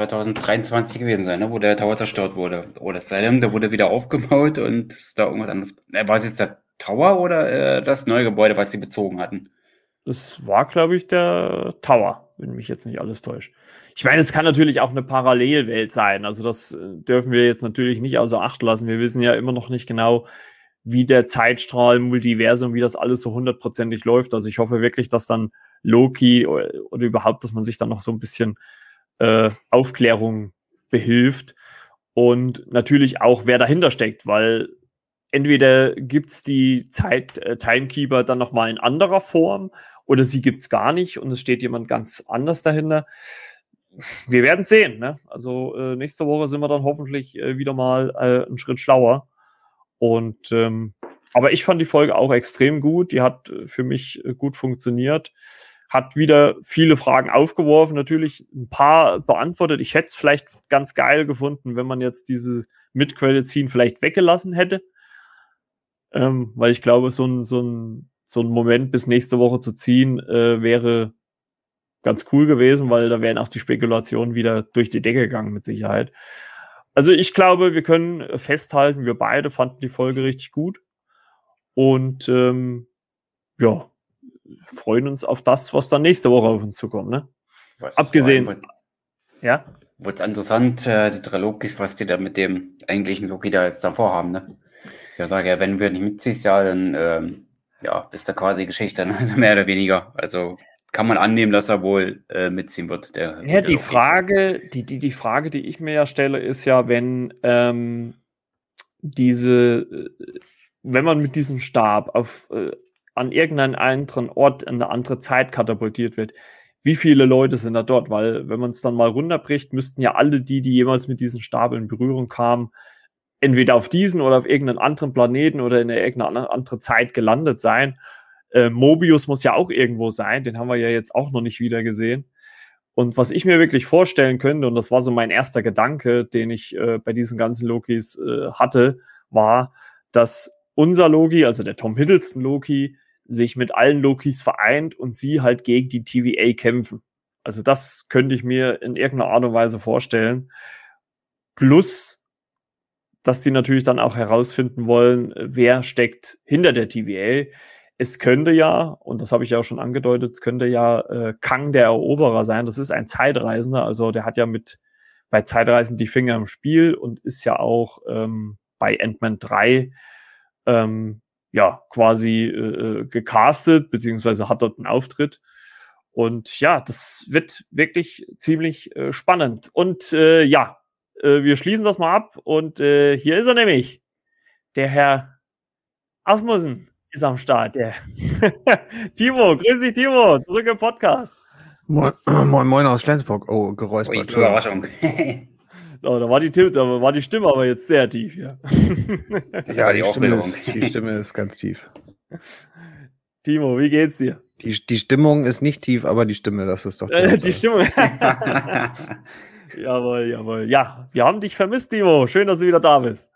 2023 gewesen sein, ne, wo der Tower zerstört wurde. Oder es sei denn, der wurde wieder aufgebaut und da irgendwas anderes. War es jetzt der Tower oder das neue Gebäude, was sie bezogen hatten? Es war, glaube ich, der Tower, wenn mich jetzt nicht alles täuscht. Ich meine, es kann natürlich auch eine Parallelwelt sein. Also das dürfen wir jetzt natürlich nicht außer Acht lassen. Wir wissen ja immer noch nicht genau, wie der Zeitstrahl, Multiversum, wie das alles so hundertprozentig läuft. Also ich hoffe wirklich, dass dann Loki oder überhaupt, dass man sich dann noch so ein bisschen Aufklärung behilft und natürlich auch, wer dahinter steckt, weil entweder gibt es die Timekeeper dann nochmal in anderer Form oder sie gibt es gar nicht und es steht jemand ganz anders dahinter. Wir werden sehen. Ne? Also nächste Woche sind wir dann hoffentlich wieder mal einen Schritt schlauer. Und aber ich fand die Folge auch extrem gut. Die hat für mich gut funktioniert. Hat wieder viele Fragen aufgeworfen, natürlich ein paar beantwortet. Ich hätte es vielleicht ganz geil gefunden, wenn man jetzt diese Mid-Credit-Scene vielleicht weggelassen hätte. Weil ich glaube, so ein Moment bis nächste Woche zu ziehen, wäre ganz cool gewesen, weil da wären auch die Spekulationen wieder durch die Decke gegangen, mit Sicherheit. Also ich glaube, wir können festhalten, wir beide fanden die Folge richtig gut und ja, freuen uns auf das, was dann nächste Woche auf uns zukommt. Ne? Abgesehen, ja. Wird interessant, die 3 Lokis, was die da mit dem eigentlichen Loki da jetzt davor haben, ne? Ja, sage ja, wenn wir nicht mitziehst, ja, dann ja, bist du quasi Geschichte, ne? Also mehr oder weniger. Also kann man annehmen, dass er wohl mitziehen wird. Ja, die Frage, die Frage, die ich mir ja stelle, ist ja, wenn wenn man mit diesem Stab an irgendeinen anderen Ort, an eine andere Zeit katapultiert wird, wie viele Leute sind da dort? Weil, wenn man es dann mal runterbricht, müssten ja alle die jemals mit diesem Stab in Berührung kamen, entweder auf diesen oder auf irgendeinem anderen Planeten oder in irgendeiner anderen Zeit gelandet sein. Mobius muss ja auch irgendwo sein, den haben wir ja jetzt auch noch nicht wieder gesehen. Und was ich mir wirklich vorstellen könnte, und das war so mein erster Gedanke, den ich bei diesen ganzen Lokis hatte, war, dass unser Loki, also der Tom Hiddleston Loki, sich mit allen Lokis vereint und sie halt gegen die TVA kämpfen. Also das könnte ich mir in irgendeiner Art und Weise vorstellen. Plus, dass die natürlich dann auch herausfinden wollen, wer steckt hinter der TVA. Es könnte ja, und das habe ich ja auch schon angedeutet, es könnte ja Kang der Eroberer sein. Das ist ein Zeitreisender, also der hat ja bei Zeitreisen die Finger im Spiel und ist ja auch bei Ant-Man 3 quasi gecastet, beziehungsweise hat dort einen Auftritt. Und ja, das wird wirklich ziemlich spannend. Und wir schließen das mal ab. Und hier ist er nämlich. Der Herr Asmussen ist am Start. Der Timo, grüß dich, Timo. Zurück im Podcast. Moin, moin aus Flensburg. Oh, geräuspert. Überraschung. Oh, da war die Stimme aber jetzt sehr tief. Ja, Das war die Aufregung. Die Stimme ist ganz tief. Timo, wie geht's dir? Die Stimmung ist nicht tief, aber die Stimme, das ist doch die Stimmung. Jawohl. Ja, wir haben dich vermisst, Timo. Schön, dass du wieder da bist.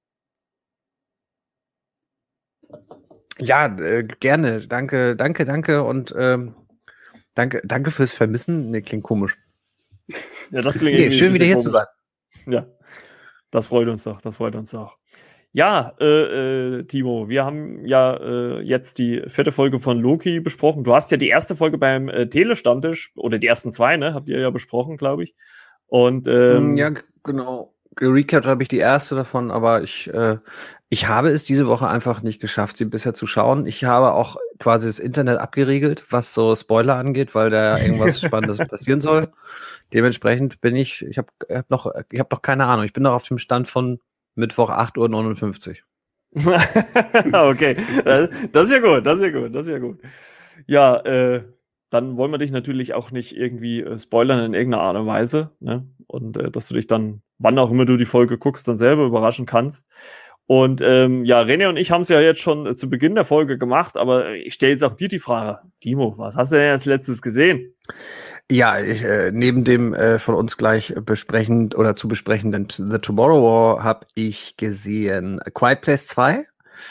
Ja, gerne. Danke und danke fürs Vermissen. Ne, klingt komisch. Ja, das klingt irgendwie schön wieder hier komisch zu sein. Ja, das freut uns doch. Ja, Timo, wir haben ja jetzt die 4. Folge von Loki besprochen. Du hast ja die erste Folge beim Telestammtisch, oder die ersten 2, ne? Habt ihr ja besprochen, glaube ich. Und ja, genau. Gerecapt habe ich die erste davon, aber ich habe es diese Woche einfach nicht geschafft, sie bisher zu schauen. Ich habe auch quasi das Internet abgeriegelt, was so Spoiler angeht, weil da irgendwas Spannendes passieren soll. Dementsprechend bin ich habe noch keine Ahnung. Ich bin noch auf dem Stand von Mittwoch 8:59 Uhr. Okay, das ist ja gut. Ja, dann wollen wir dich natürlich auch nicht irgendwie spoilern in irgendeiner Art und Weise, ne? Und dass du dich dann, wann auch immer du die Folge guckst, dann selber überraschen kannst. Und René und ich haben es ja jetzt schon zu Beginn der Folge gemacht, aber ich stelle jetzt auch dir die Frage, Timo, was hast du denn als letztes gesehen? Ja, neben dem von uns gleich zu besprechenden The Tomorrow War habe ich gesehen A Quiet Place 2.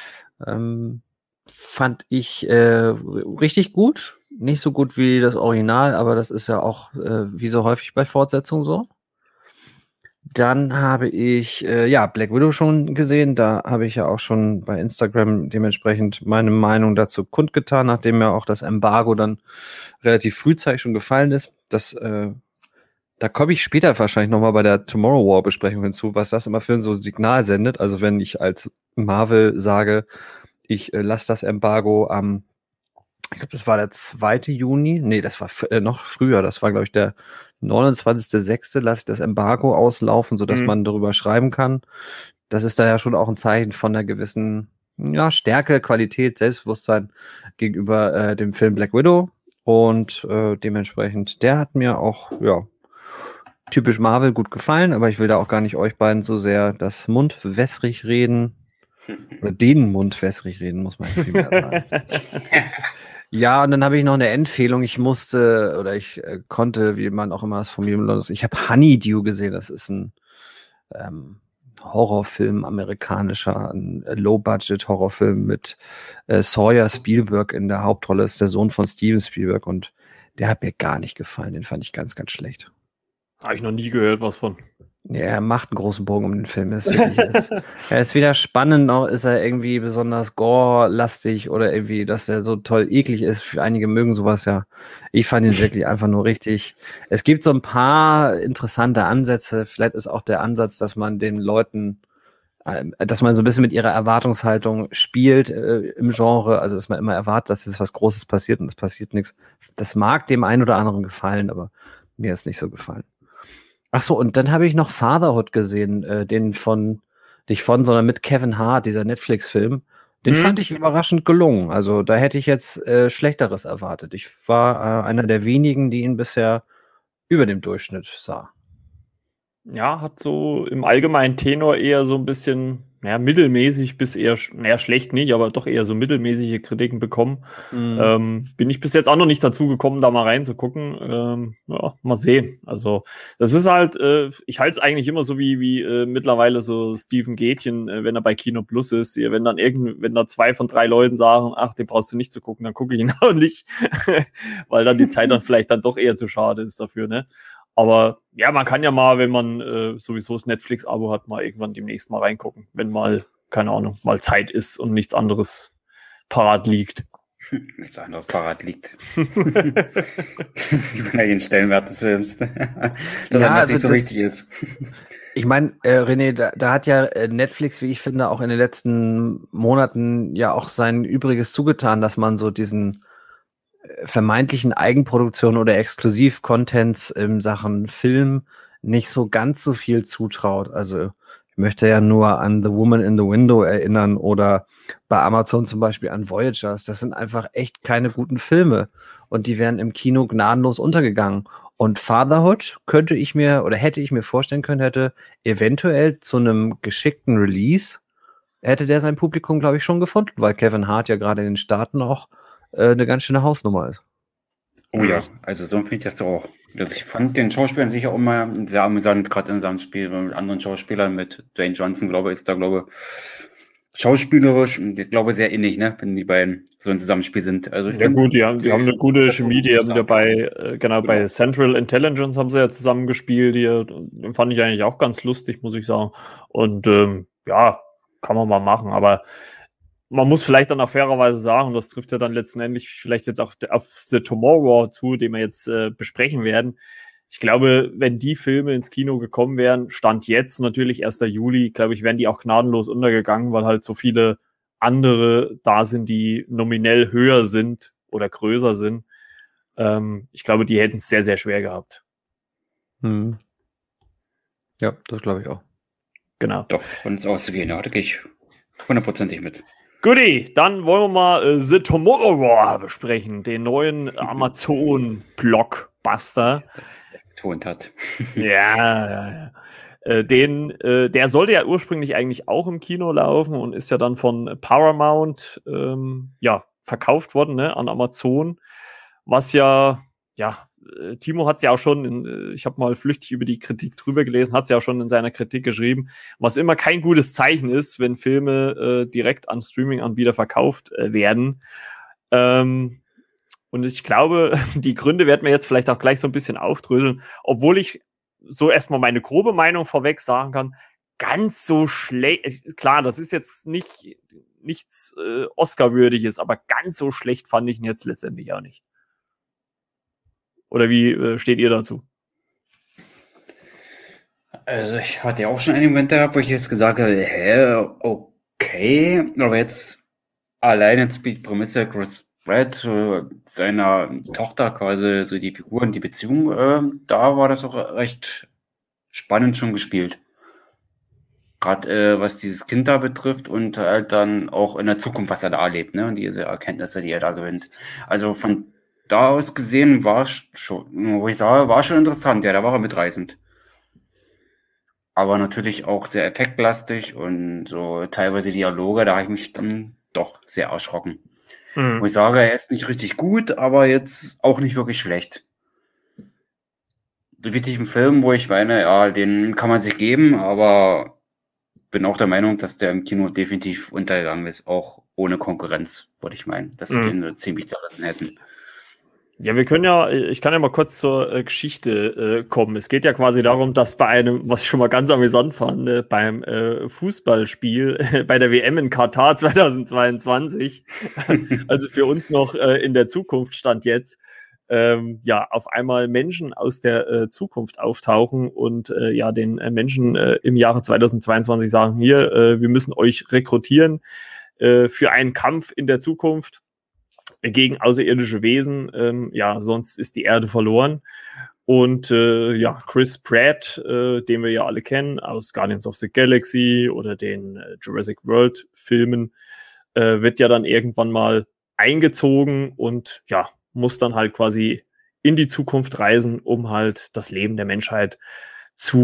Fand ich richtig gut. Nicht so gut wie das Original, aber das ist ja auch wie so häufig bei Fortsetzungen so. Dann habe ich Black Widow schon gesehen. Da habe ich ja auch schon bei Instagram dementsprechend meine Meinung dazu kundgetan, nachdem ja auch das Embargo dann relativ frühzeitig schon gefallen ist. Da komme ich später wahrscheinlich nochmal bei der Tomorrow War Besprechung hinzu, was das immer für ein so Signal sendet. Also wenn ich als Marvel sage, ich lasse das Embargo am, ich glaube, das war der 2. Juni. Nee, das war noch früher. Das war, glaube ich, der 29.06. lasse ich das Embargo auslaufen, sodass man darüber schreiben kann. Das ist da ja schon auch ein Zeichen von einer gewissen Stärke, Qualität, Selbstbewusstsein gegenüber dem Film Black Widow. Und dementsprechend, der hat mir auch, typisch Marvel gut gefallen, aber ich will da auch gar nicht euch beiden so sehr das Mund wässrig reden. Oder den Mund wässrig reden, muss man viel mehr sagen. Ja, und dann habe ich noch eine Empfehlung. Ich konnte, wie man auch immer das von mir benutzt, ich habe Honeydew gesehen. Das ist ein Horrorfilm, ein Low-Budget-Horrorfilm mit Sawyer Spielberg in der Hauptrolle. Das ist der Sohn von Steven Spielberg und der hat mir gar nicht gefallen. Den fand ich ganz, ganz schlecht. Habe ich noch nie gehört was von. Ja, er macht einen großen Bogen um den Film. Er ist wieder spannend, auch ist er irgendwie besonders gore-lastig oder irgendwie, dass er so toll eklig ist. Einige mögen sowas ja. Ich fand ihn wirklich einfach nur richtig. Es gibt so ein paar interessante Ansätze. Vielleicht ist auch der Ansatz, dass man den Leuten, dass man so ein bisschen mit ihrer Erwartungshaltung spielt im Genre. Also, dass man immer erwartet, dass jetzt was Großes passiert und es passiert nichts. Das mag dem einen oder anderen gefallen, aber mir ist nicht so gefallen. Ach so, und dann habe ich noch Fatherhood gesehen, sondern mit Kevin Hart, dieser Netflix-Film. Den fand ich überraschend gelungen. Also da hätte ich jetzt Schlechteres erwartet. Ich war einer der wenigen, die ihn bisher über dem Durchschnitt sah. Ja, hat so im allgemeinen Tenor eher so ein bisschen, naja, mittelmäßig bis eher, naja, schlecht nicht, aber doch eher so mittelmäßige Kritiken bekommen. Bin ich bis jetzt auch noch nicht dazu gekommen, da mal reinzugucken. Ja, mal sehen. Also, das ist halt, ich halte es eigentlich immer so wie mittlerweile so Steven Gätchen, wenn er bei Kino Plus ist. Wenn dann wenn da 2 von 3 Leuten sagen, ach, den brauchst du nicht zu gucken, dann gucke ich ihn auch nicht, weil dann die Zeit dann vielleicht dann doch eher zu schade ist dafür, ne? Aber ja, man kann ja mal, wenn man sowieso das Netflix-Abo hat, mal irgendwann demnächst mal reingucken, wenn mal, keine Ahnung, mal Zeit ist und nichts anderes parat liegt. Nichts anderes parat liegt. Über den Stellenwert des Films. Dass Ja, das nicht so wichtig ist. Ich meine, René, da hat ja Netflix, wie ich finde, auch in den letzten Monaten ja auch sein Übriges zugetan, dass man so diesen vermeintlichen Eigenproduktionen oder Exklusiv-Contents in Sachen Film nicht so ganz so viel zutraut. Also ich möchte ja nur an The Woman in the Window erinnern oder bei Amazon zum Beispiel an Voyagers. Das sind einfach echt keine guten Filme und die wären im Kino gnadenlos untergegangen. Und Fatherhood könnte ich mir oder hätte ich mir vorstellen können, hätte eventuell zu einem geschickten Release, hätte der sein Publikum, glaube ich, schon gefunden, weil Kevin Hart ja gerade in den Staaten auch eine ganz schöne Hausnummer ist. Oh ja, also so finde ich das doch auch. Also ich fand den Schauspielern sicher auch mal sehr amüsant, gerade in seinem Spiel mit anderen Schauspielern, mit Dwayne Johnson, glaube ich, schauspielerisch und ich glaube sehr innig, ne, wenn die beiden so ein Zusammenspiel sind. Also ich Ja find, gut, die haben eine gute Chemie, die haben ja bei Genau. Central Intelligence haben sie ja zusammengespielt, den fand ich eigentlich auch ganz lustig, muss ich sagen. Und ja, kann man mal machen, aber man muss vielleicht dann auch fairerweise sagen, das trifft ja dann letztendlich vielleicht jetzt auch auf The Tomorrow zu, den wir jetzt besprechen werden. Ich glaube, wenn die Filme ins Kino gekommen wären, Stand jetzt natürlich 1. Juli, glaube ich, wären die auch gnadenlos untergegangen, weil halt so viele andere da sind, die nominell höher sind oder größer sind. Ich glaube, die hätten es sehr, sehr schwer gehabt. Hm. Ja, das glaube ich auch. Genau. Doch, von uns auszugehen, da gehe ich 100%ig mit. Guti, dann wollen wir mal The Tomorrow besprechen, den neuen Amazon-Blockbuster. Betont hat. Ja. Der sollte ja ursprünglich eigentlich auch im Kino laufen und ist ja dann von Paramount verkauft worden, ne, an Amazon. Was ja, Timo hat es ja auch schon, ich habe mal flüchtig über die Kritik drüber gelesen, hat es ja auch schon in seiner Kritik geschrieben, was immer kein gutes Zeichen ist, wenn Filme direkt an Streaming-Anbieter verkauft werden. Und ich glaube, die Gründe werden wir jetzt vielleicht auch gleich so ein bisschen aufdröseln, obwohl ich so erstmal meine grobe Meinung vorweg sagen kann, ganz so schlecht, klar, das ist jetzt nichts Oscar-würdiges, aber ganz so schlecht fand ich ihn jetzt letztendlich auch nicht. Oder wie steht ihr dazu? Also ich hatte ja auch schon einen Moment gehabt, wo ich jetzt gesagt habe, okay, aber jetzt allein jetzt die Prämisse Chris Pratt, seiner Tochter quasi, so die Figuren, die Beziehung, da war das auch recht spannend schon gespielt. Gerade was dieses Kind da betrifft und halt dann auch in der Zukunft, was er da erlebt, ne? Und diese Erkenntnisse, die er da gewinnt. Also von da aus gesehen war es schon, wo ich sage, war schon interessant, ja, da war er mitreißend. Aber natürlich auch sehr effektlastig und so teilweise Dialoge, da habe ich mich dann doch sehr erschrocken. Wo ich sage, er ist nicht richtig gut, aber jetzt auch nicht wirklich schlecht. Definitiv ein Film, wo ich meine, ja, den kann man sich geben, aber bin auch der Meinung, dass der im Kino definitiv untergegangen ist, auch ohne Konkurrenz, würde ich meinen, dass sie den ziemlich zerrissen hätten. Ja, ich kann ja mal kurz zur Geschichte kommen. Es geht ja quasi darum, dass bei einem, was ich schon mal ganz amüsant fand, beim Fußballspiel bei der WM in Katar 2022, also für uns noch in der Zukunft stand jetzt, auf einmal Menschen aus der Zukunft auftauchen und den Menschen im Jahre 2022 sagen, hier, wir müssen euch rekrutieren für einen Kampf in der Zukunft gegen außerirdische Wesen, sonst ist die Erde verloren. Und Chris Pratt, den wir ja alle kennen aus Guardians of the Galaxy oder den Jurassic World Filmen, wird ja dann irgendwann mal eingezogen und muss dann halt quasi in die Zukunft reisen, um halt das Leben der Menschheit zu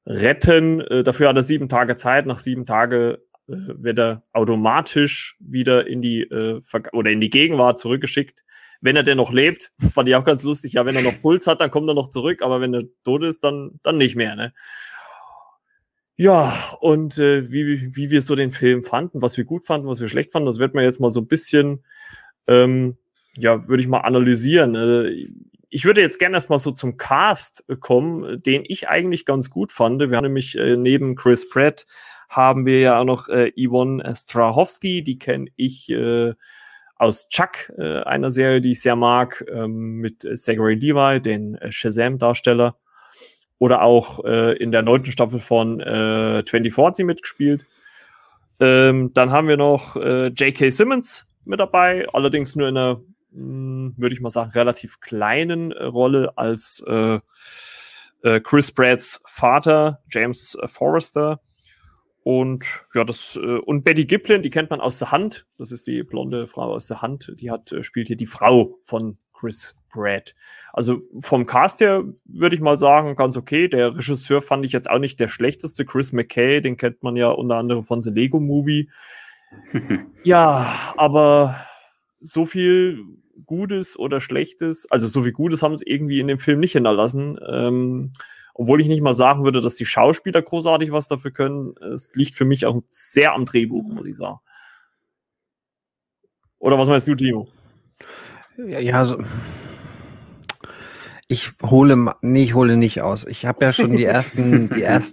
retten. Dafür hat er 7 Tage Zeit. Nach 7 Tagen wird er automatisch wieder in die Gegenwart zurückgeschickt. Wenn er denn noch lebt, fand ich auch ganz lustig. Ja, wenn er noch Puls hat, dann kommt er noch zurück. Aber wenn er tot ist, dann nicht mehr, ne? Ja, und wie wir so den Film fanden, was wir gut fanden, was wir schlecht fanden, das wird man jetzt mal so ein bisschen, würde ich mal analysieren. Ich würde jetzt gerne erstmal so zum Cast kommen, den ich eigentlich ganz gut fand. Wir haben nämlich neben Chris Pratt haben wir ja auch noch Yvonne Strahovski, die kenne ich aus Chuck, einer Serie, die ich sehr mag, mit Zachary Levi, den Shazam-Darsteller. Oder auch in der 9. Staffel von 24 hat sie mitgespielt. Dann haben wir noch J.K. Simmons mit dabei, allerdings nur in einer, würde ich mal sagen, relativ kleinen Rolle als Chris Pratts Vater, James Forrester. Und ja, und Betty Giplin, die kennt man aus The Hunt. Das ist die blonde Frau aus The Hunt. Die spielt hier die Frau von Chris Pratt. Also vom Cast her würde ich mal sagen, ganz okay. Der Regisseur fand ich jetzt auch nicht der schlechteste. Chris McKay, den kennt man ja unter anderem von The Lego Movie. Ja, aber so viel Gutes oder Schlechtes, also so viel Gutes haben sie irgendwie in dem Film nicht hinterlassen. Obwohl ich nicht mal sagen würde, dass die Schauspieler großartig was dafür können. Es liegt für mich auch sehr am Drehbuch, muss ich sagen. Oder was meinst du, Timo? Ja, also ich hole nicht aus. Ich habe ja schon die ersten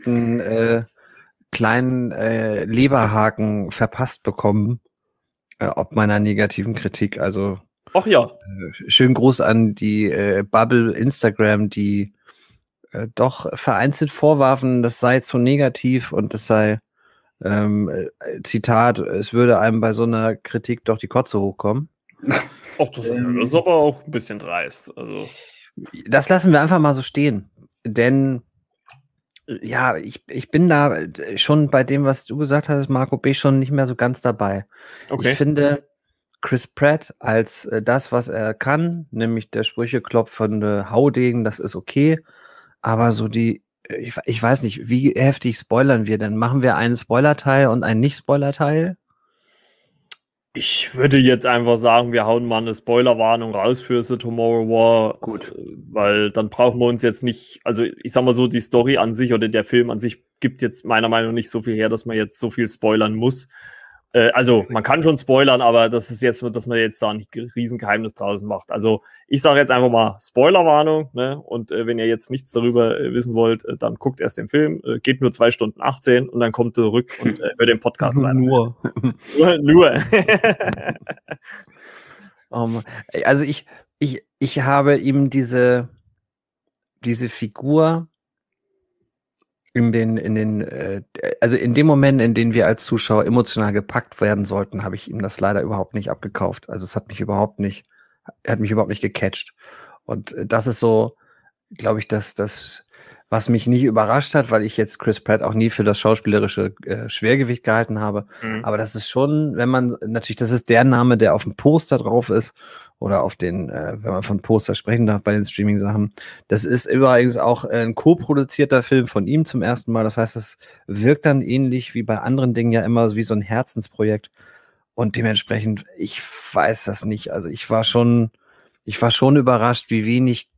kleinen Leberhaken verpasst bekommen, ob meiner negativen Kritik. Also ach ja. Schönen Gruß an die Bubble Instagram, die doch vereinzelt vorwarfen, das sei zu negativ und das sei Zitat, es würde einem bei so einer Kritik doch die Kotze hochkommen. Ach, das ist aber auch ein bisschen dreist. Also. Das lassen wir einfach mal so stehen. Denn ja, ich bin da schon bei dem, was du gesagt hast, Marco B., schon nicht mehr so ganz dabei. Okay. Ich finde Chris Pratt als das, was er kann, nämlich der sprücheklopfende Haudegen, das ist okay. Aber so ich weiß nicht, wie heftig spoilern wir denn? Machen wir einen Spoilerteil und einen Nicht-Spoilerteil? Ich würde jetzt einfach sagen, wir hauen mal eine Spoilerwarnung raus für The Tomorrow War. Gut. Weil dann brauchen wir uns jetzt nicht, also ich sag mal so, die Story an sich oder der Film an sich gibt jetzt meiner Meinung nach nicht so viel her, dass man jetzt so viel spoilern muss. Also man kann schon spoilern, aber das ist jetzt, dass man jetzt da nicht ein Riesengeheimnis draußen macht. Also ich sage jetzt einfach mal Spoilerwarnung, ne? Und wenn ihr jetzt nichts darüber wissen wollt, dann guckt erst den Film, geht nur 2 Stunden 18 und dann kommt zurück und hört den Podcast weiter. Nur. Also ich habe ihm diese Figur also in dem Moment, in dem wir als Zuschauer emotional gepackt werden sollten, habe ich ihm das leider überhaupt nicht abgekauft. Also es hat mich überhaupt nicht gecatcht. Und das ist so, glaube ich, das, was mich nicht überrascht hat, weil ich jetzt Chris Pratt auch nie für das schauspielerische Schwergewicht gehalten habe. Mhm. Aber das ist schon, das ist der Name, der auf dem Poster drauf ist oder auf den, wenn man von Poster sprechen darf bei den Streaming-Sachen. Das ist übrigens auch ein co-produzierter Film von ihm zum ersten Mal. Das heißt, es wirkt dann ähnlich wie bei anderen Dingen ja immer wie so ein Herzensprojekt. Und dementsprechend, ich weiß das nicht. Also ich war schon überrascht, wie wenig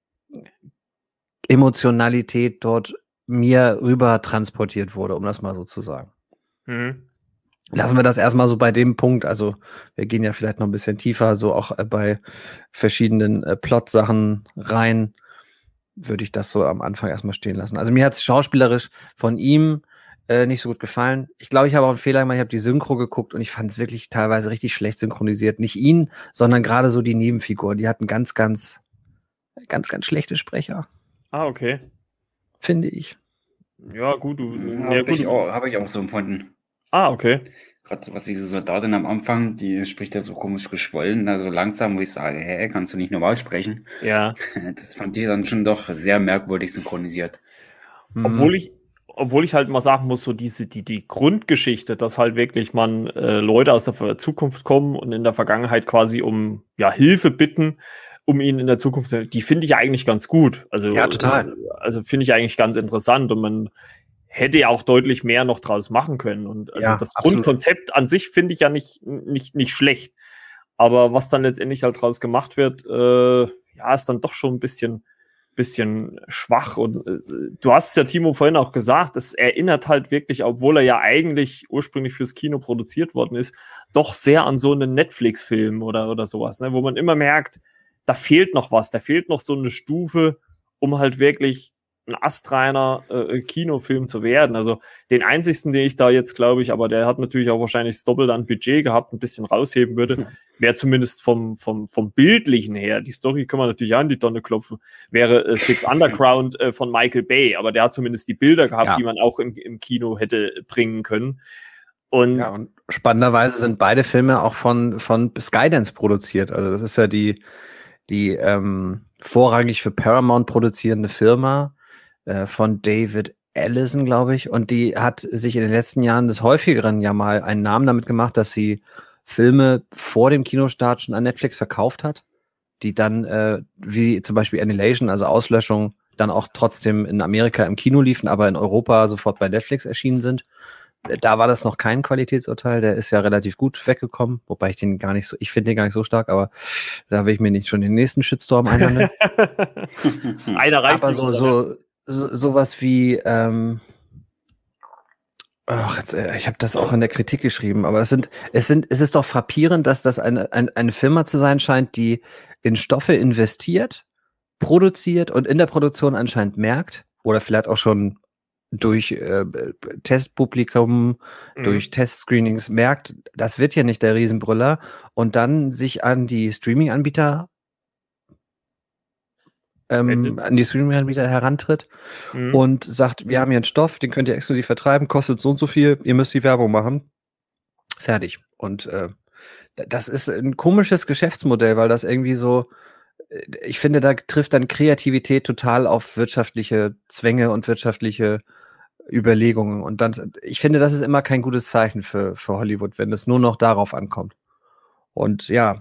Emotionalität dort mir rüber transportiert wurde, um das mal so zu sagen. Mhm. Lassen wir das erstmal so bei dem Punkt, also wir gehen ja vielleicht noch ein bisschen tiefer, so auch bei verschiedenen Plot-Sachen rein, würde ich das so am Anfang erstmal stehen lassen. Also mir hat es schauspielerisch von ihm nicht so gut gefallen. Ich glaube, ich habe auch einen Fehler gemacht, ich habe die Synchro geguckt und ich fand es wirklich teilweise richtig schlecht synchronisiert. Nicht ihn, sondern gerade so die Nebenfiguren, die hatten ganz, ganz, ganz, ganz schlechte Sprecher. Ah, okay. Finde ich. Ja, gut. Habe ich auch so empfunden. Ah, okay. Gerade was diese Soldatin am Anfang, die spricht ja so komisch geschwollen, also langsam, wo ich sage, kannst du nicht normal sprechen? Ja. Das fand ich dann schon doch sehr merkwürdig synchronisiert. Obwohl ich halt mal sagen muss, so die Grundgeschichte, dass halt wirklich Leute aus der Zukunft kommen und in der Vergangenheit quasi um Hilfe bitten um ihn in der Zukunft zu, die finde ich ja eigentlich ganz gut. Also, Ja, total. Also finde ich eigentlich ganz interessant und man hätte ja auch deutlich mehr noch draus machen können. Und also Ja, das absolut. Grundkonzept an sich finde ich ja nicht schlecht. Aber was dann letztendlich halt draus gemacht wird, ja, ist dann doch schon ein bisschen schwach. Und du hast es ja, Timo, vorhin auch gesagt, es erinnert halt wirklich, obwohl er ja eigentlich ursprünglich fürs Kino produziert worden ist, doch sehr an so einen Netflix-Film oder sowas, ne? Wo man immer merkt, da fehlt noch was, da fehlt noch so eine Stufe, um halt wirklich ein astreiner Kinofilm zu werden. Also den einzigsten, den ich da jetzt, glaube ich, aber der hat natürlich auch wahrscheinlich das Doppelte an Budget gehabt, ein bisschen rausheben würde, wäre zumindest vom Bildlichen her, die Story kann man natürlich auch in die Tonne klopfen, wäre Six Underground von Michael Bay, aber der hat zumindest die Bilder gehabt, Ja. die man auch im Kino hätte bringen können. Und Ja, und spannenderweise sind beide Filme auch von Skydance produziert. Also das ist ja die vorrangig für Paramount produzierende Firma von David Ellison, glaube ich. Und die hat sich in den letzten Jahren des häufigeren ja mal einen Namen damit gemacht, dass sie Filme vor dem Kinostart schon an Netflix verkauft hat, die dann, wie zum Beispiel Annihilation, also Auslöschung, dann auch trotzdem in Amerika im Kino liefen, aber in Europa sofort bei Netflix erschienen sind. Da war das noch kein Qualitätsurteil, der ist ja relativ gut weggekommen, wobei ich finde den gar nicht so stark, aber da will ich mir nicht schon den nächsten Shitstorm einhandeln. einer reicht Aber nicht, sowas wie, ich habe das auch in der Kritik geschrieben, aber es ist doch frappierend, dass das eine Firma zu sein scheint, die in Stoffe investiert, produziert und in der Produktion anscheinend merkt, oder vielleicht auch schon durch Testpublikum, durch Testscreenings merkt, das wird ja nicht der Riesenbrüller und dann sich an die Streaming-Anbieter herantritt und sagt, wir haben hier einen Stoff, den könnt ihr exklusiv vertreiben, kostet so und so viel, ihr müsst die Werbung machen. Fertig. Und das ist ein komisches Geschäftsmodell, weil das irgendwie so, ich finde, da trifft dann Kreativität total auf wirtschaftliche Zwänge und wirtschaftliche Überlegungen. Und dann, ich finde, das ist immer kein gutes Zeichen für Hollywood, wenn es nur noch darauf ankommt. Und ja,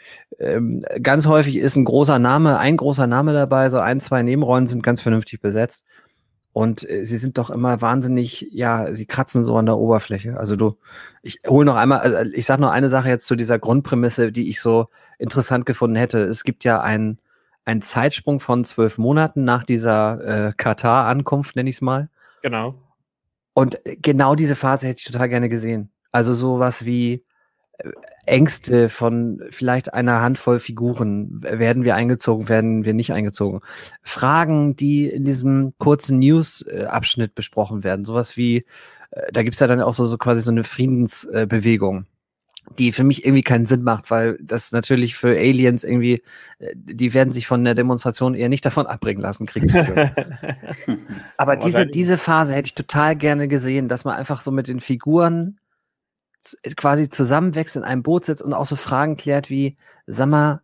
ganz häufig ist ein großer Name dabei, so 1, 2 Nebenrollen sind ganz vernünftig besetzt. Und sie sind doch immer wahnsinnig, ja, sie kratzen so an der Oberfläche. Also ich hole noch einmal, also ich sage noch eine Sache jetzt zu dieser Grundprämisse, die ich so interessant gefunden hätte. Es gibt ja einen Zeitsprung von 12 Monaten nach dieser Katar-Ankunft, nenne ich es mal. Genau. Und genau diese Phase hätte ich total gerne gesehen. Also sowas wie Ängste von vielleicht einer Handvoll Figuren. Werden wir eingezogen, werden wir nicht eingezogen? Fragen, die in diesem kurzen News-Abschnitt besprochen werden. Sowas wie, da gibt's ja dann auch so quasi so eine Friedensbewegung, die für mich irgendwie keinen Sinn macht, weil das natürlich für Aliens irgendwie, die werden sich von der Demonstration eher nicht davon abbringen lassen, Krieg zu führen. Aber diese Phase hätte ich total gerne gesehen, dass man einfach so mit den Figuren quasi zusammenwächst, in einem Boot sitzt und auch so Fragen klärt wie, sag mal,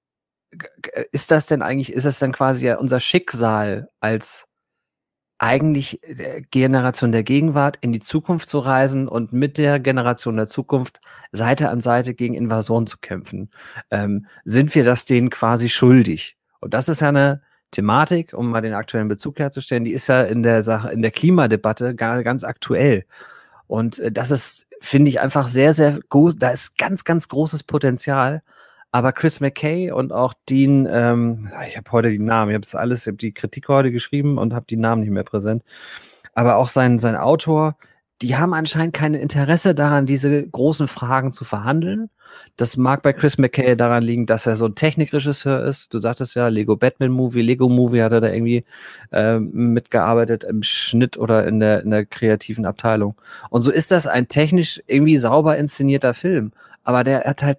ist das denn quasi ja unser Schicksal als eigentlich Generation der Gegenwart in die Zukunft zu reisen und mit der Generation der Zukunft Seite an Seite gegen Invasionen zu kämpfen? Sind wir das denen quasi schuldig? Und das ist ja eine Thematik, um mal den aktuellen Bezug herzustellen, die ist ja in der Klimadebatte ganz aktuell. Und das ist, finde ich, einfach sehr, sehr groß. Da ist ganz, ganz großes Potenzial. Aber Chris McKay und auch Dean, ich habe heute die Namen, ich habe die Kritik heute geschrieben und habe die Namen nicht mehr präsent. Aber auch sein Autor, die haben anscheinend kein Interesse daran, diese großen Fragen zu verhandeln. Das mag bei Chris McKay daran liegen, dass er so ein Technikregisseur ist. Du sagtest ja, Lego Movie hat er da irgendwie mitgearbeitet im Schnitt oder in der kreativen Abteilung. Und so ist das ein technisch irgendwie sauber inszenierter Film. Aber der hat halt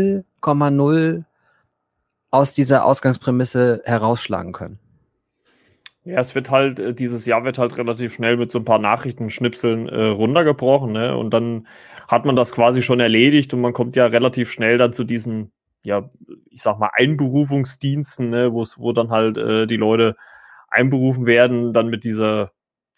0,0 aus dieser Ausgangsprämisse herausschlagen können. Ja, dieses Jahr wird halt relativ schnell mit so ein paar Nachrichtenschnipseln runtergebrochen, ne? Und dann hat man das quasi schon erledigt und man kommt ja relativ schnell dann zu diesen, ja, ich sag mal, Einberufungsdiensten, ne? Wo dann halt die Leute einberufen werden, dann mit dieser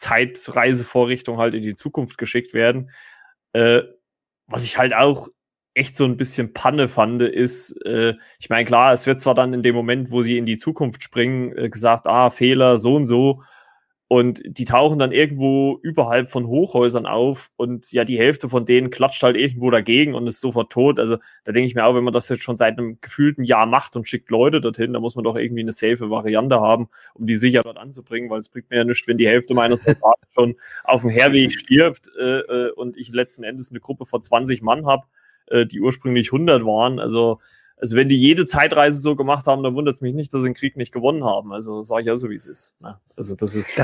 Zeitreisevorrichtung halt in die Zukunft geschickt werden. Was ich halt auch echt so ein bisschen Panne fand, ist, ich meine, klar, es wird zwar dann in dem Moment, wo sie in die Zukunft springen, gesagt, Fehler, so und so. Und die tauchen dann irgendwo überhalb von Hochhäusern auf und ja, die Hälfte von denen klatscht halt irgendwo dagegen und ist sofort tot. Also da denke ich mir auch, wenn man das jetzt schon seit einem gefühlten Jahr macht und schickt Leute dorthin, da muss man doch irgendwie eine safe Variante haben, um die sicher dort anzubringen, weil es bringt mir ja nichts, wenn die Hälfte meiner Soldaten schon auf dem Herweg stirbt und ich letzten Endes eine Gruppe von 20 Mann habe, die ursprünglich 100 waren. Also wenn die jede Zeitreise so gemacht haben, dann wundert es mich nicht, dass sie den Krieg nicht gewonnen haben. Also sage ich ja so, wie es ist. Ja, also das ist,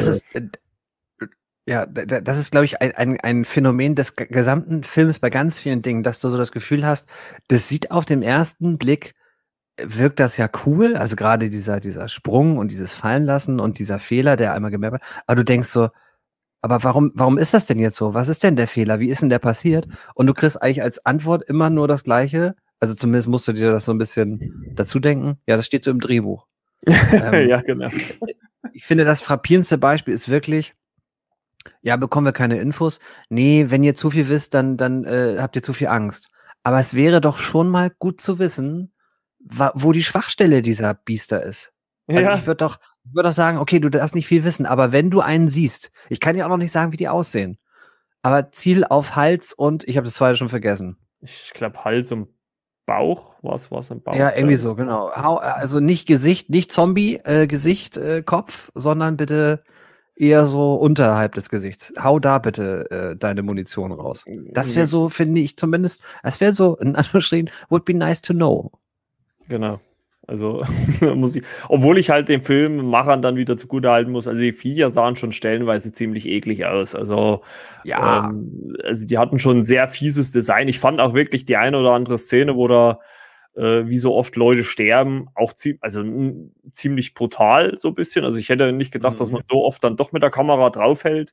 glaube ich, ein Phänomen des gesamten Films bei ganz vielen Dingen, dass du so das Gefühl hast, das sieht auf den ersten Blick, wirkt das ja cool, also gerade dieser Sprung und dieses Fallenlassen und dieser Fehler, der einmal gemerkt wird, aber du denkst so, aber warum ist das denn jetzt so? Was ist denn der Fehler? Wie ist denn der passiert? Und du kriegst eigentlich als Antwort immer nur das Gleiche. Also zumindest musst du dir das so ein bisschen dazu denken. Ja, das steht so im Drehbuch. ja, genau. Ich finde, das frappierendste Beispiel ist wirklich, ja, bekommen wir keine Infos. Nee, wenn ihr zu viel wisst, dann habt ihr zu viel Angst. Aber es wäre doch schon mal gut zu wissen, wo die Schwachstelle dieser Biester ist. Also ich würde doch sagen, okay, du darfst nicht viel wissen, aber wenn du einen siehst, ich kann dir auch noch nicht sagen, wie die aussehen, aber Ziel auf Hals und, ich habe das zweite schon vergessen. Ich glaube Hals und Bauch, was im Bauch? Ja, irgendwie so, genau. Also nicht Gesicht, nicht Zombie, Gesicht, Kopf, sondern bitte eher so unterhalb des Gesichts. Hau da bitte deine Munition raus. Das wäre so, finde ich zumindest, das wäre so, in Anführungsstrichen, would be nice to know. Genau. Also obwohl ich halt den Filmemachern dann wieder zugutehalten muss, also die Viecher sahen schon stellenweise ziemlich eklig aus. Also, ja. Also die hatten schon ein sehr fieses Design. Ich fand auch wirklich die eine oder andere Szene, wo da wie so oft Leute sterben, auch ziemlich brutal so ein bisschen. Also ich hätte nicht gedacht, dass man so oft dann doch mit der Kamera draufhält.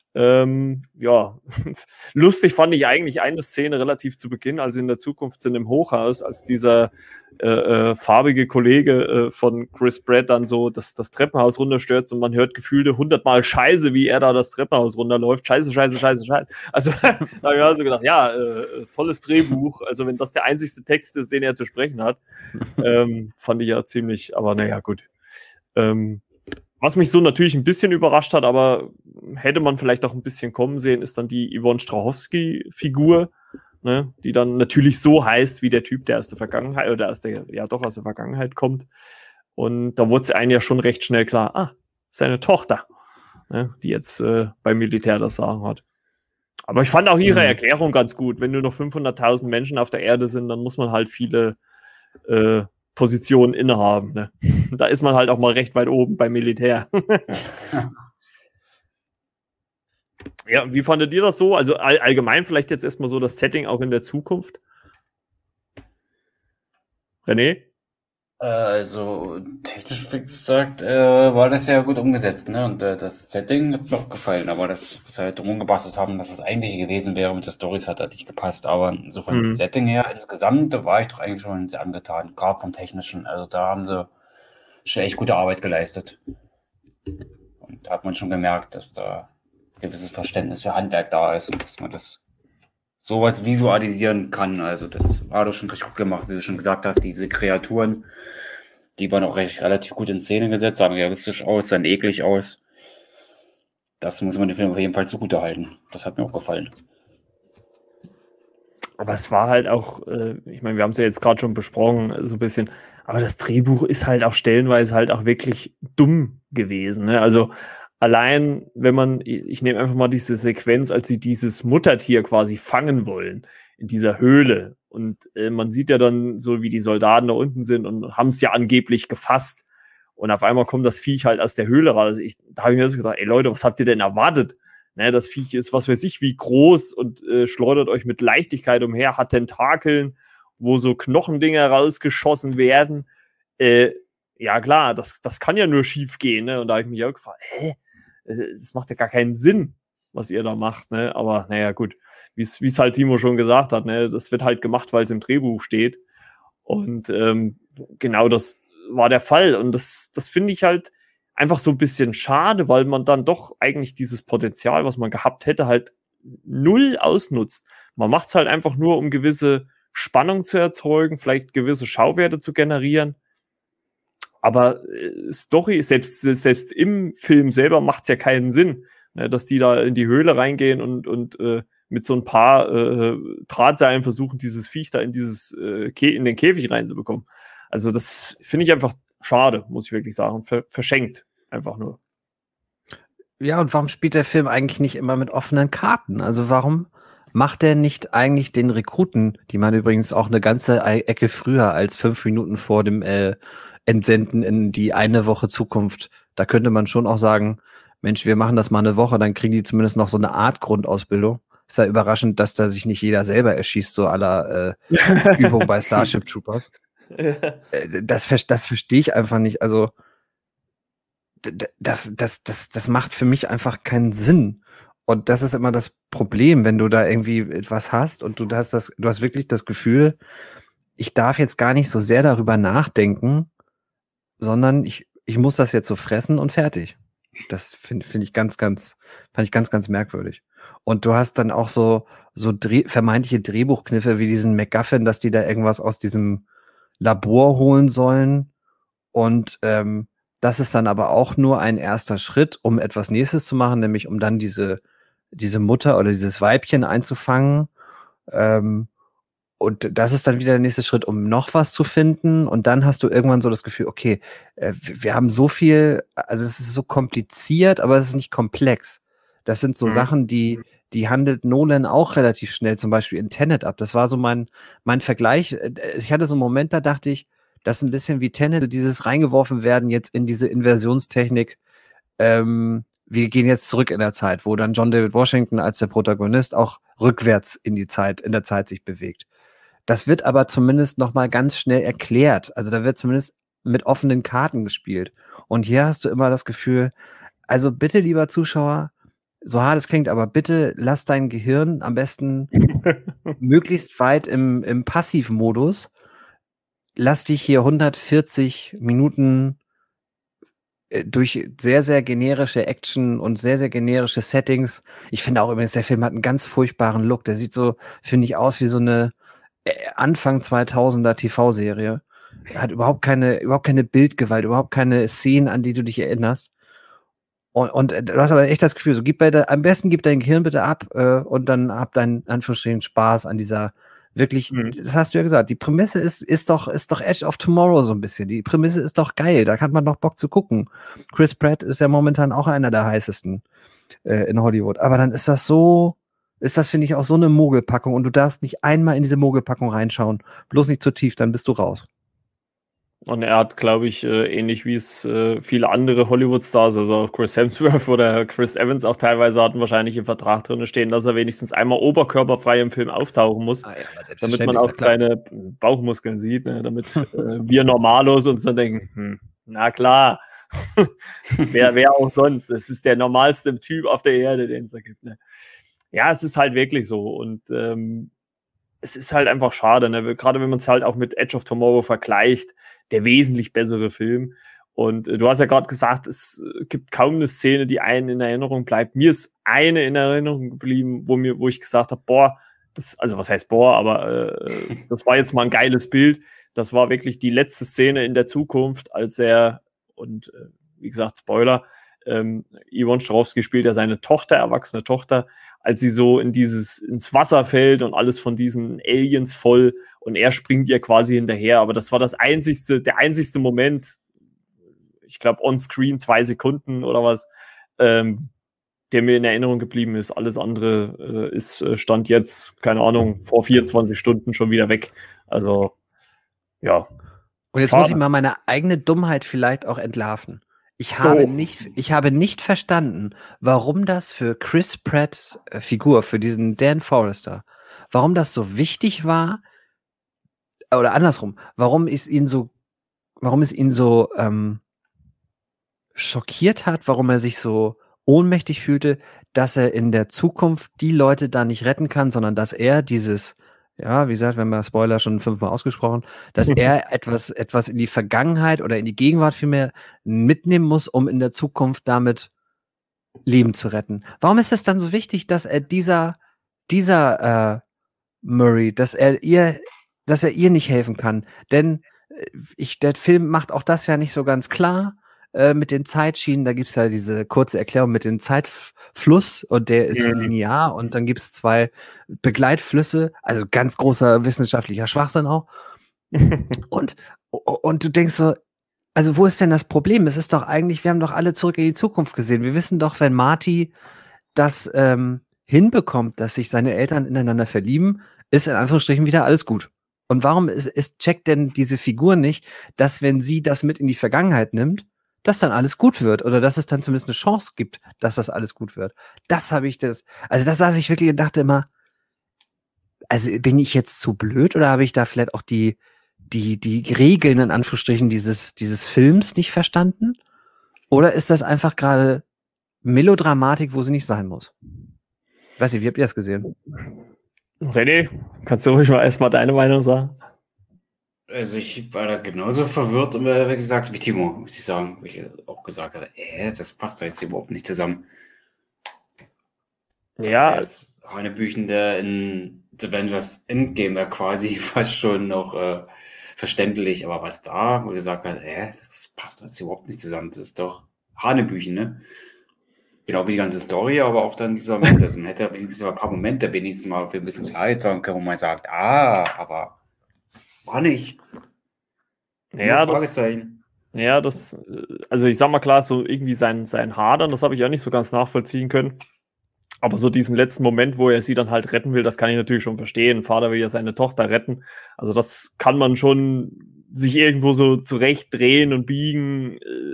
Ja, lustig fand ich eigentlich eine Szene relativ zu Beginn, als sie in der Zukunft sind im Hochhaus, als dieser farbige Kollege von Chris Pratt dann so das Treppenhaus runterstürzt und man hört gefühlte 100-mal Scheiße, wie er da das Treppenhaus runterläuft. Scheiße. Also da habe ich also gedacht, ja, tolles Drehbuch. Also wenn das der einzigste Text ist, den er zu sprechen hat, fand ich ja ziemlich, aber naja, gut. Was mich so natürlich ein bisschen überrascht hat, aber hätte man vielleicht auch ein bisschen kommen sehen, ist dann die Yvonne Strahovski-Figur, ne, die dann natürlich so heißt, wie der Typ, der aus der Vergangenheit, oder aus der Vergangenheit kommt. Und da wurde es einem ja schon recht schnell klar, seine Tochter, ne, die jetzt beim Militär das Sagen hat. Aber ich fand auch ihre Erklärung ganz gut. Wenn nur noch 500.000 Menschen auf der Erde sind, dann muss man halt viele Positionen innehaben. Ne? Da ist man halt auch mal recht weit oben beim Militär. Ja, wie fandet ihr das so? Also allgemein vielleicht jetzt erstmal so das Setting auch in der Zukunft? René? Also, technisch, wie gesagt, war das ja gut umgesetzt, ne? Und das Setting hat mir auch gefallen, aber das, was wir halt drum gebastelt haben, dass das eigentliche gewesen wäre mit der Storys, hat halt nicht gepasst. Aber so von dem Setting her, insgesamt, da war ich doch eigentlich schon sehr angetan, gerade vom Technischen. Also da haben sie schon echt gute Arbeit geleistet. Und da hat man schon gemerkt, dass da ein gewisses Verständnis für Handwerk da ist und dass man das sowas visualisieren kann. Also das war doch schon richtig gut gemacht, wie du schon gesagt hast, diese Kreaturen, die waren auch relativ gut in Szene gesetzt, sahen realistisch aus, sahen eklig aus. Das muss man dem Film auf jeden Fall zugutehalten. Das hat mir auch gefallen. Aber es war halt auch, ich meine, wir haben es ja jetzt gerade schon besprochen, so ein bisschen, aber das Drehbuch ist halt auch stellenweise halt auch wirklich dumm gewesen. Ne? Also allein, wenn man, ich nehme einfach mal diese Sequenz, als sie dieses Muttertier quasi fangen wollen in dieser Höhle und man sieht ja dann so, wie die Soldaten da unten sind und haben es ja angeblich gefasst und auf einmal kommt das Viech halt aus der Höhle raus. Da habe ich mir so gedacht, ey Leute, was habt ihr denn erwartet? Ne, das Viech ist, was weiß ich, wie groß und schleudert euch mit Leichtigkeit umher, hat Tentakeln, wo so Knochendinger rausgeschossen werden. Ja klar, das kann ja nur schief gehen. Ne? Und da habe ich mich auch gefragt, das macht ja gar keinen Sinn, was ihr da macht. Ne? Aber naja, gut, wie es halt Timo schon gesagt hat, ne? Das wird halt gemacht, weil es im Drehbuch steht. Und genau das war der Fall. Und das finde ich halt einfach so ein bisschen schade, weil man dann doch eigentlich dieses Potenzial, was man gehabt hätte, halt null ausnutzt. Man macht es halt einfach nur, um gewisse Spannung zu erzeugen, vielleicht gewisse Schauwerte zu generieren. Aber Story, selbst im Film selber macht es ja keinen Sinn, ne, dass die da in die Höhle reingehen und mit so ein paar Drahtseilen versuchen, dieses Viech da in den Käfig reinzubekommen. Also das finde ich einfach schade, muss ich wirklich sagen. Verschenkt einfach nur. Ja, und warum spielt der Film eigentlich nicht immer mit offenen Karten? Also warum macht er nicht eigentlich den Rekruten, die man übrigens auch eine ganze Ecke früher als 5 Minuten vor dem Entsenden in die eine Woche Zukunft, da könnte man schon auch sagen, Mensch, wir machen das mal eine Woche, dann kriegen die zumindest noch so eine Art Grundausbildung. Ist ja überraschend, dass da sich nicht jeder selber erschießt, so à la Übung bei Starship Troopers. Das verstehe ich einfach nicht. Also das macht für mich einfach keinen Sinn. Und das ist immer das Problem, wenn du da irgendwie etwas hast und du hast wirklich das Gefühl, ich darf jetzt gar nicht so sehr darüber nachdenken, sondern ich muss das jetzt so fressen und fertig. Das fand ich ganz, ganz merkwürdig. Und du hast dann auch so vermeintliche Drehbuchkniffe wie diesen MacGuffin, dass die da irgendwas aus diesem Labor holen sollen. Und das ist dann aber auch nur ein erster Schritt, um etwas Nächstes zu machen, nämlich um dann diese Mutter oder dieses Weibchen einzufangen. Und das ist dann wieder der nächste Schritt, um noch was zu finden. Und dann hast du irgendwann so das Gefühl, okay, wir haben so viel, also es ist so kompliziert, aber es ist nicht komplex. Das sind so Sachen, die handelt Nolan auch relativ schnell, zum Beispiel in Tenet ab. Das war so mein Vergleich. Ich hatte so einen Moment, da dachte ich, das ist ein bisschen wie Tenet, dieses reingeworfen werden jetzt in diese Inversionstechnik. Wir gehen jetzt zurück in der Zeit, wo dann John David Washington als der Protagonist auch rückwärts in der Zeit sich bewegt. Das wird aber zumindest noch mal ganz schnell erklärt. Also da wird zumindest mit offenen Karten gespielt. Und hier hast du immer das Gefühl, also bitte, lieber Zuschauer, so hart es klingt, aber bitte lass dein Gehirn am besten möglichst weit im Passivmodus. Lass dich hier 140 Minuten durch sehr, sehr generische Action und sehr, sehr generische Settings. Ich finde auch übrigens, der Film hat einen ganz furchtbaren Look. Der sieht so, finde ich, aus wie so eine Anfang 2000er TV-Serie. Er hat überhaupt keine Bildgewalt, überhaupt keine Szenen, an die du dich erinnerst. Und du hast aber echt das Gefühl, so am besten gib dein Gehirn bitte ab und dann hab deinen Anführungsstrichen Spaß an dieser wirklich, das hast du ja gesagt, die Prämisse ist doch Edge of Tomorrow so ein bisschen. Die Prämisse ist doch geil, da hat man doch Bock zu gucken. Chris Pratt ist ja momentan auch einer der heißesten in Hollywood. Aber dann ist das, finde ich, auch so eine Mogelpackung und du darfst nicht einmal in diese Mogelpackung reinschauen. Bloß nicht zu tief, dann bist du raus. Und er hat, glaube ich, ähnlich wie es viele andere Hollywood-Stars, also Chris Hemsworth oder Chris Evans auch teilweise hatten wahrscheinlich im Vertrag drin stehen, dass er wenigstens einmal oberkörperfrei im Film auftauchen muss, damit man auch seine Bauchmuskeln sieht, ne? Damit wir Normalos uns dann denken, na klar, wer auch sonst, das ist der normalste Typ auf der Erde, den es da gibt. Ne? Ja, es ist halt wirklich so und es ist halt einfach schade, ne? Gerade wenn man es halt auch mit Edge of Tomorrow vergleicht, der wesentlich bessere Film. Und du hast ja gerade gesagt, es gibt kaum eine Szene, die einen in Erinnerung bleibt. Mir ist eine in Erinnerung geblieben, wo ich gesagt habe, was heißt aber das war jetzt mal ein geiles Bild. Das war wirklich die letzte Szene in der Zukunft, als er, und wie gesagt, Spoiler, Yvonne Strahovski spielt ja seine erwachsene Tochter, als sie so ins Wasser fällt und alles von diesen Aliens voll und er springt ihr quasi hinterher. Aber das war der einzigste Moment, ich glaube on-screen 2 Sekunden oder was, der mir in Erinnerung geblieben ist. Alles andere stand jetzt, keine Ahnung, vor 24 Stunden schon wieder weg. Also, ja. Und jetzt muss ich mal meine eigene Dummheit vielleicht auch entlarven. Ich habe nicht verstanden, warum das für Chris Pratts Figur, für diesen Dan Forrester, warum das so wichtig war, oder andersrum, warum es ihn so schockiert hat, warum er sich so ohnmächtig fühlte, dass er in der Zukunft die Leute da nicht retten kann, sondern dass er dieses, ja, wie gesagt, wenn man Spoiler schon 5-mal ausgesprochen, dass er etwas in die Vergangenheit oder in die Gegenwart vielmehr mitnehmen muss, um in der Zukunft damit Leben zu retten. Warum ist es dann so wichtig, dass er dieser Murray, dass er ihr dass er ihr nicht helfen kann. Denn der Film macht auch das ja nicht so ganz klar mit den Zeitschienen. Da gibt es ja diese kurze Erklärung mit dem Zeitfluss und der ist linear und dann gibt es 2 Begleitflüsse, also ganz großer wissenschaftlicher Schwachsinn auch. und du denkst so, also wo ist denn das Problem? Es ist doch eigentlich, wir haben doch alle Zurück in die Zukunft gesehen. Wir wissen doch, wenn Marty das hinbekommt, dass sich seine Eltern ineinander verlieben, ist in Anführungsstrichen wieder alles gut. Und warum checkt denn diese Figur nicht, dass wenn sie das mit in die Vergangenheit nimmt, dass dann alles gut wird oder dass es dann zumindest eine Chance gibt, dass das alles gut wird. Da saß ich wirklich und dachte immer, also bin ich jetzt zu blöd oder habe ich da vielleicht auch die Regeln in Anführungsstrichen dieses Films nicht verstanden? Oder ist das einfach gerade Melodramatik, wo sie nicht sein muss? Ich weiß nicht, wie habt ihr das gesehen? René, kannst du ruhig mal erstmal deine Meinung sagen? Also ich war da genauso verwirrt und wie gesagt, wie Timo, muss ich sagen, wo ich auch gesagt habe, das passt da jetzt überhaupt nicht zusammen. Ja. Als Hanebüchen, der in The Avengers Endgame ja quasi fast schon noch verständlich, aber was da, wo gesagt hat, das passt jetzt überhaupt nicht zusammen, das ist doch Hanebüchen, ne? Genau wie die ganze Story, aber auch dann dieser Moment. Also man hätte ja wenigstens ein paar Momente wenigstens mal für ein bisschen Klarheit sagen können, wo man sagt, aber war nicht. Ja, also ich sag mal klar, so irgendwie sein Hadern, das habe ich auch nicht so ganz nachvollziehen können. Aber so diesen letzten Moment, wo er sie dann halt retten will, das kann ich natürlich schon verstehen. Vater will ja seine Tochter retten. Also das kann man schon sich irgendwo so zurechtdrehen und biegen,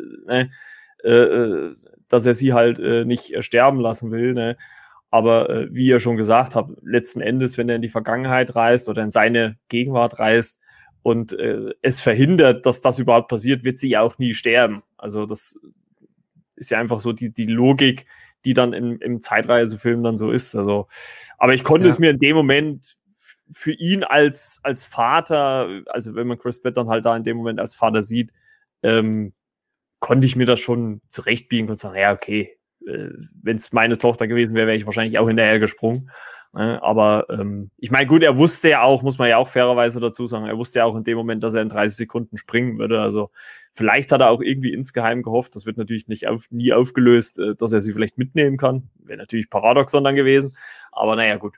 dass er sie halt nicht sterben lassen will. Ne? Aber wie ihr schon gesagt habt, letzten Endes, wenn er in die Vergangenheit reist oder in seine Gegenwart reist und es verhindert, dass das überhaupt passiert, wird sie ja auch nie sterben. Also das ist ja einfach so die Logik, die dann im Zeitreisefilm dann so ist. Also, aber ich konnte es mir in dem Moment für ihn als Vater, also wenn man Chris Pratt dann halt da in dem Moment als Vater sieht, konnte ich mir das schon zurechtbiegen und sagen, ja, okay, wenn es meine Tochter gewesen wäre, wäre ich wahrscheinlich auch hinterher gesprungen. Aber ich meine, gut, er wusste ja auch, muss man ja auch fairerweise dazu sagen, er wusste ja auch in dem Moment, dass er in 30 Sekunden springen würde. Also vielleicht hat er auch irgendwie insgeheim gehofft, das wird natürlich nie aufgelöst, dass er sie vielleicht mitnehmen kann. Wäre natürlich Paradoxon dann gewesen. Aber naja, gut.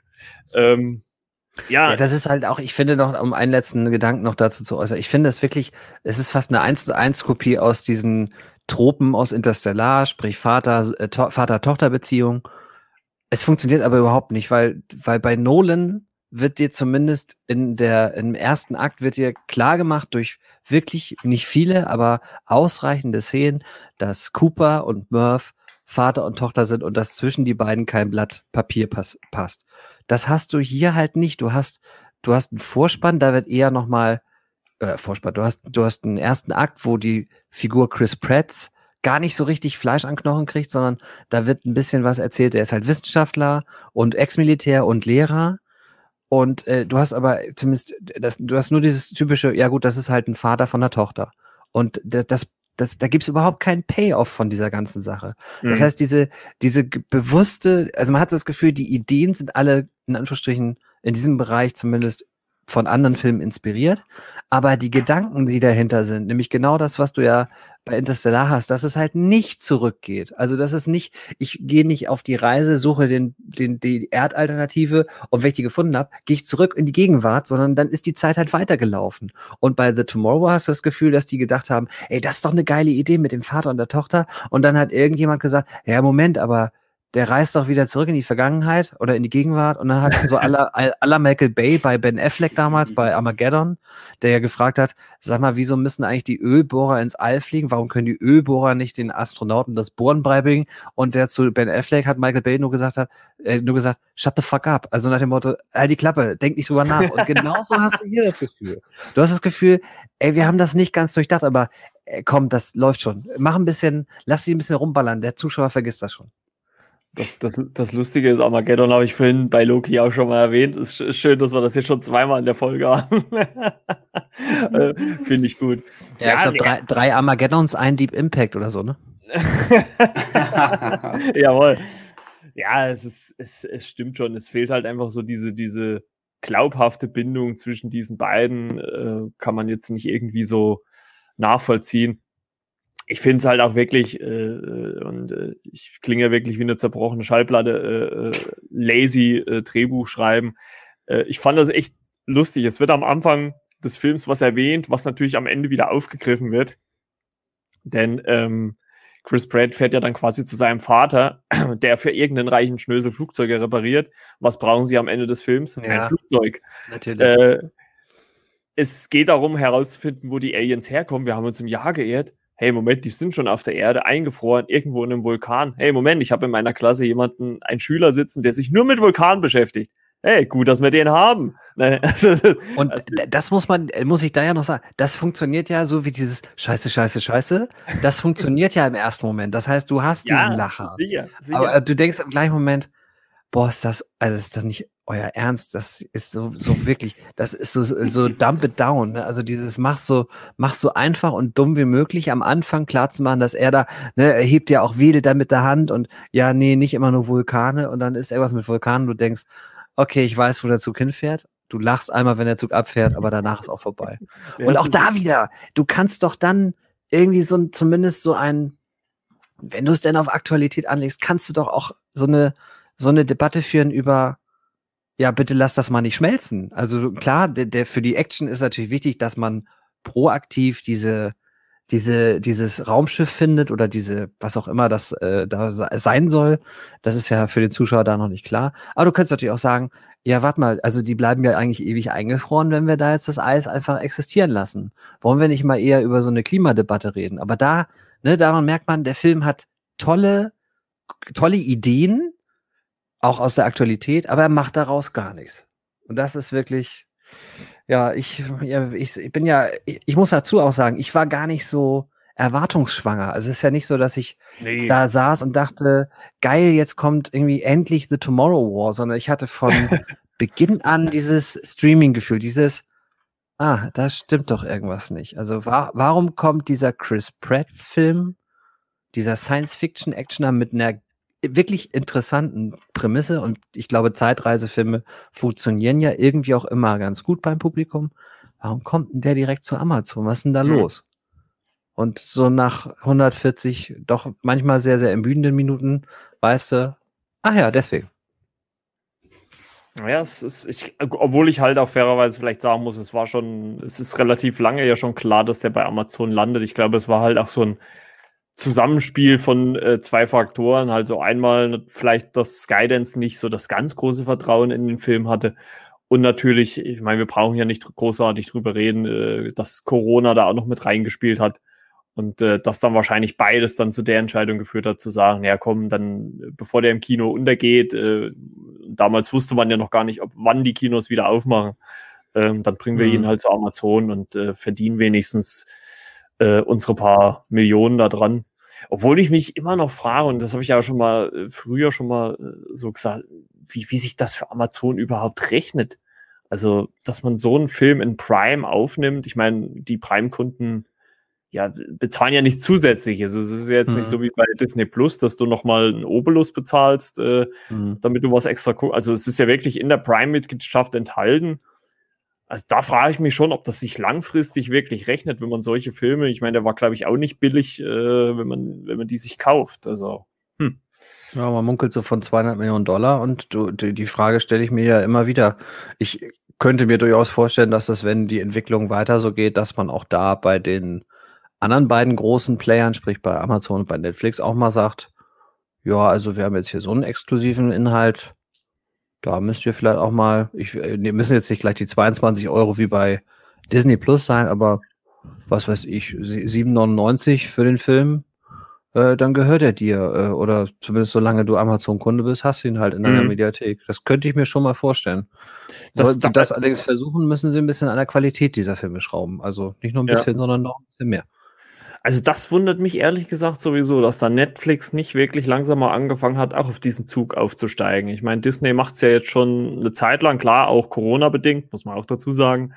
Ja, das ist halt auch, ich finde noch, um einen letzten Gedanken noch dazu zu äußern, ich finde es wirklich, es ist fast eine 1:1 aus diesen Tropen aus Interstellar, sprich Vater-Tochter-Beziehung. Es funktioniert aber überhaupt nicht, weil bei Nolan wird dir zumindest im ersten Akt wird dir klar gemacht durch wirklich nicht viele, aber ausreichende Szenen, dass Cooper und Murph Vater und Tochter sind und dass zwischen die beiden kein Blatt Papier passt. Das hast du hier halt nicht. Du hast einen Vorspann, da wird eher nochmal Vorspann. Du hast einen ersten Akt, wo die Figur Chris Pratt gar nicht so richtig Fleisch an Knochen kriegt, sondern da wird ein bisschen was erzählt. Er ist halt Wissenschaftler und Ex-Militär und Lehrer. Und du hast aber zumindest, du hast nur dieses typische, ja gut, das ist halt ein Vater von der Tochter. Und da gibt es überhaupt keinen Payoff von dieser ganzen Sache. Das heißt, diese bewusste, also man hat so das Gefühl, die Ideen sind alle, in Anführungsstrichen, in diesem Bereich zumindest von anderen Filmen inspiriert, aber die Gedanken, die dahinter sind, nämlich genau das, was du ja bei Interstellar hast, dass es halt nicht zurückgeht. Also, dass es nicht, ich gehe nicht auf die Reise, suche die Erdalternative und wenn ich die gefunden habe, gehe ich zurück in die Gegenwart, sondern dann ist die Zeit halt weitergelaufen. Und bei The Tomorrow hast du das Gefühl, dass die gedacht haben, ey, das ist doch eine geile Idee mit dem Vater und der Tochter. Und dann hat irgendjemand gesagt, ja, Moment, aber der reist doch wieder zurück in die Vergangenheit oder in die Gegenwart und dann hat so à la Michael Bay bei Ben Affleck damals bei Armageddon, der ja gefragt hat, sag mal, wieso müssen eigentlich die Ölbohrer ins All fliegen? Warum können die Ölbohrer nicht den Astronauten das Bohren beibringen? Und der zu Ben Affleck hat Michael Bay nur gesagt, shut the fuck up. Also nach dem Motto, halt die Klappe, denk nicht drüber nach. Und genauso hast du hier das Gefühl. Du hast das Gefühl, ey, wir haben das nicht ganz durchdacht, aber komm, das läuft schon. Mach ein bisschen, lass sie ein bisschen rumballern. Der Zuschauer vergisst das schon. Das Lustige ist, Armageddon habe ich vorhin bei Loki auch schon mal erwähnt. Es ist schön, dass wir das jetzt schon zweimal in der Folge haben. Finde ich gut. Ja, ich glaube, 3 Armageddons, ein Deep Impact oder so, ne? Jawohl. Ja, es stimmt schon. Es fehlt halt einfach so diese glaubhafte Bindung zwischen diesen beiden kann man jetzt nicht irgendwie so nachvollziehen. Ich finde es halt auch wirklich, ich klinge wirklich wie eine zerbrochene Schallplatte, lazy Drehbuch schreiben. Ich fand das echt lustig. Es wird am Anfang des Films was erwähnt, was natürlich am Ende wieder aufgegriffen wird. Denn Chris Pratt fährt ja dann quasi zu seinem Vater, der für irgendeinen reichen Schnösel Flugzeuge repariert. Was brauchen sie am Ende des Films? Ja, ein Flugzeug. Natürlich. Es geht darum, herauszufinden, wo die Aliens herkommen. Wir haben uns im Jahr geehrt. Hey, Moment, die sind schon auf der Erde eingefroren, irgendwo in einem Vulkan. Hey, Moment, ich habe in meiner Klasse einen Schüler sitzen, der sich nur mit Vulkanen beschäftigt. Hey, gut, dass wir den haben. Und das muss ich da ja noch sagen, das funktioniert ja so wie dieses Scheiße, Scheiße, Scheiße. Das funktioniert ja im ersten Moment. Das heißt, du hast diesen Lacher. Sicher. Aber du denkst im gleichen Moment, boah, ist das nicht euer Ernst? Das ist so wirklich, das ist so dump it down. Ne? Also dieses mach so einfach und dumm wie möglich am Anfang klar zu machen, dass er da, ne, er hebt ja auch Wedel da mit der Hand und ja, nee, nicht immer nur Vulkane und dann ist irgendwas mit Vulkanen, du denkst, okay, ich weiß, wo der Zug hinfährt. Du lachst einmal, wenn der Zug abfährt, aber danach ist auch vorbei. Und auch da wieder, du kannst doch dann irgendwie zumindest so wenn du es denn auf Aktualität anlegst, kannst du doch auch so eine Debatte führen über, ja, bitte lass das mal nicht schmelzen. Also klar, für die Action ist natürlich wichtig, dass man proaktiv dieses Raumschiff findet oder was auch immer das da sein soll. Das ist ja für den Zuschauer da noch nicht klar. Aber du könntest natürlich auch sagen, ja, warte mal, also die bleiben ja eigentlich ewig eingefroren, wenn wir da jetzt das Eis einfach existieren lassen. Wollen wir nicht mal eher über so eine Klimadebatte reden? Aber daran merkt man, der Film hat tolle Ideen, auch aus der Aktualität, aber er macht daraus gar nichts. Und das ist wirklich, ja, ich muss dazu auch sagen, ich war gar nicht so erwartungsschwanger. Also es ist ja nicht so, dass ich da saß und dachte, geil, jetzt kommt irgendwie endlich The Tomorrow War, sondern ich hatte von Beginn an dieses Streaming-Gefühl, da stimmt doch irgendwas nicht. Also warum kommt dieser Chris Pratt-Film, dieser Science-Fiction-Actioner mit einer wirklich interessanten Prämisse und ich glaube, Zeitreisefilme funktionieren ja irgendwie auch immer ganz gut beim Publikum. Warum kommt denn der direkt zu Amazon? Was ist denn da los? Und so nach 140 doch manchmal sehr, sehr ermüdenden Minuten weißt du, ach ja, deswegen. Ja, obwohl ich halt auch fairerweise vielleicht sagen muss, es ist relativ lange ja schon klar, dass der bei Amazon landet. Ich glaube, es war halt auch so ein Zusammenspiel von zwei Faktoren. Also einmal vielleicht, dass Skydance nicht so das ganz große Vertrauen in den Film hatte. Und natürlich, ich meine, wir brauchen ja nicht großartig drüber reden, dass Corona da auch noch mit reingespielt hat. Und dass dann wahrscheinlich beides dann zu der Entscheidung geführt hat, zu sagen, ja komm, dann bevor der im Kino untergeht, damals wusste man ja noch gar nicht, wann die Kinos wieder aufmachen, dann bringen wir ihn halt zu Amazon und verdienen wenigstens unsere paar Millionen da dran. Obwohl ich mich immer noch frage, und das habe ich ja schon mal früher so gesagt, wie sich das für Amazon überhaupt rechnet. Also, dass man so einen Film in Prime aufnimmt, ich meine, die Prime-Kunden bezahlen ja nicht zusätzlich. Also es ist jetzt nicht so wie bei Disney Plus, dass du nochmal einen Obolus bezahlst, damit du was extra guckst. Also es ist ja wirklich in der Prime-Mitgliedschaft enthalten. Also da frage ich mich schon, ob das sich langfristig wirklich rechnet, wenn man solche Filme, ich meine, der war, glaube ich, auch nicht billig, wenn man die sich kauft. Also, Ja, man munkelt so von $200 Millionen und die Frage stelle ich mir ja immer wieder. Ich könnte mir durchaus vorstellen, dass das, wenn die Entwicklung weiter so geht, dass man auch da bei den anderen beiden großen Playern, sprich bei Amazon und bei Netflix, auch mal sagt, ja, also wir haben jetzt hier so einen exklusiven Inhalt, da müsst ihr vielleicht auch mal, müssen jetzt nicht gleich die 22 € wie bei Disney Plus sein, aber was weiß ich, 7,99 für den Film, dann gehört er dir. Oder zumindest solange du Amazon-Kunde bist, hast du ihn halt in deiner Mediathek. Das könnte ich mir schon mal vorstellen. Sollte das allerdings versuchen, müssen sie ein bisschen an der Qualität dieser Filme schrauben. Also nicht nur ein bisschen, sondern noch ein bisschen mehr. Also das wundert mich ehrlich gesagt sowieso, dass da Netflix nicht wirklich langsam mal angefangen hat, auch auf diesen Zug aufzusteigen. Ich meine, Disney macht es ja jetzt schon eine Zeit lang, klar, auch Corona-bedingt, muss man auch dazu sagen.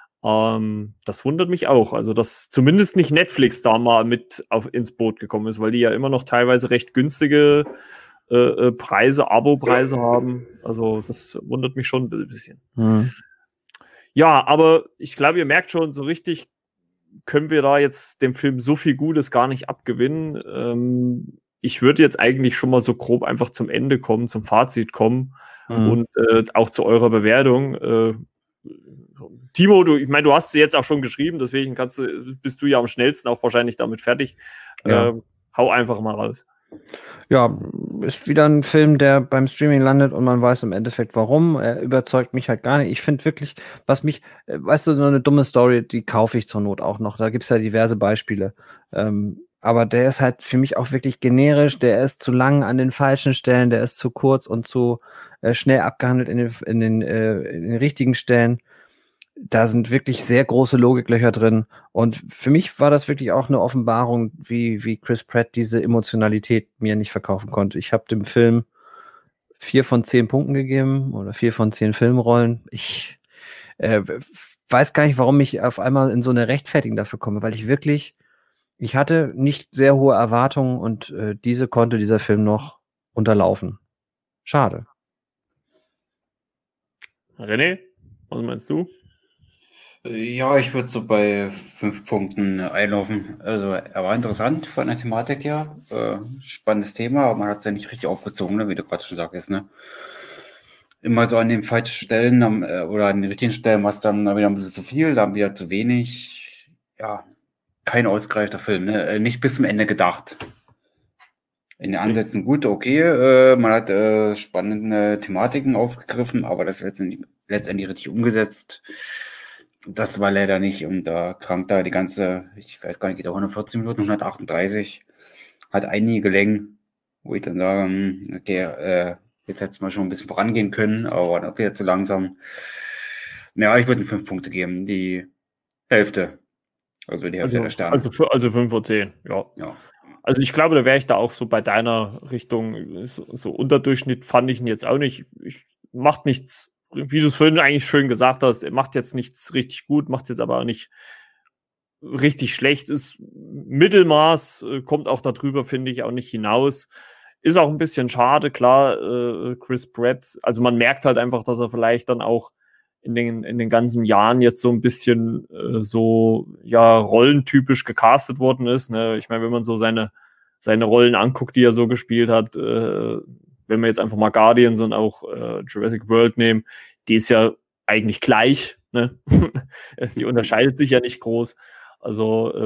Das wundert mich auch. Also, dass zumindest nicht Netflix da mal mit ins Boot gekommen ist, weil die ja immer noch teilweise recht günstige Preise, Abo-Preise haben. Also das wundert mich schon ein bisschen. Ja, aber ich glaube, ihr merkt schon, so richtig können wir da jetzt dem Film so viel Gutes gar nicht abgewinnen. Ich würde jetzt eigentlich schon mal so grob einfach zum Ende kommen, zum Fazit kommen und auch zu eurer Bewertung. Timo, ich meine, du hast sie jetzt auch schon geschrieben, deswegen bist du ja am schnellsten auch wahrscheinlich damit fertig. Ja. Hau einfach mal raus. Ja, ist wieder ein Film, der beim Streaming landet und man weiß im Endeffekt warum. Er überzeugt mich halt gar nicht. Ich finde wirklich, was mich, weißt du, so eine dumme Story, die kaufe ich zur Not auch noch. Da gibt es ja diverse Beispiele. Aber der ist halt für mich auch wirklich generisch. Der ist zu lang an den falschen Stellen, der ist zu kurz und zu schnell abgehandelt in den richtigen Stellen. Da sind wirklich sehr große Logiklöcher drin. Und für mich war das wirklich auch eine Offenbarung, wie Chris Pratt diese Emotionalität mir nicht verkaufen konnte. Ich habe dem Film 4 von 10 Punkten gegeben oder 4 von 10 Filmrollen. Ich weiß gar nicht, warum ich auf einmal in so eine Rechtfertigung dafür komme, weil ich hatte nicht sehr hohe Erwartungen und diese konnte dieser Film noch unterlaufen. Schade. René, was meinst du? Ja, ich würde so bei 5 Punkten einlaufen. Also er war interessant von der Thematik her. Spannendes Thema, aber man hat es ja nicht richtig aufgezogen, ne, wie du gerade schon sagtest. Ne? Immer so an den falschen Stellen oder an den richtigen Stellen war es dann wieder ein bisschen zu viel, dann wieder zu wenig. Ja, kein ausgereifter Film. Ne? Nicht bis zum Ende gedacht. In den Ansätzen gut, okay. Man hat spannende Thematiken aufgegriffen, aber das letztendlich richtig umgesetzt. Das war leider nicht. Und da krankt da die ganze, ich weiß gar nicht, geht auch 114 Minuten, 138. Hat einige Längen, wo ich dann sage, okay, jetzt hätte es mal schon ein bisschen vorangehen können, aber dann wieder zu langsam. Ja, ich würde 5 Punkte geben, die Hälfte. Also die Hälfte der Sterne. Also 5 von 10, ja. Also ich glaube, da wäre ich da auch so bei deiner Richtung, so Unterdurchschnitt fand ich ihn jetzt auch nicht. Macht nichts, wie du es vorhin eigentlich schön gesagt hast, er macht jetzt nichts richtig gut, macht es jetzt aber auch nicht richtig schlecht, ist Mittelmaß, kommt auch darüber, finde ich, auch nicht hinaus. Ist auch ein bisschen schade, klar, Chris Pratt, also man merkt halt einfach, dass er vielleicht dann auch in den ganzen Jahren jetzt so ein bisschen rollentypisch gecastet worden ist. Ne? Ich meine, wenn man so seine Rollen anguckt, die er so gespielt hat, wenn wir jetzt einfach mal Guardians und auch Jurassic World nehmen, die ist ja eigentlich gleich. Ne? Die unterscheidet sich ja nicht groß. Also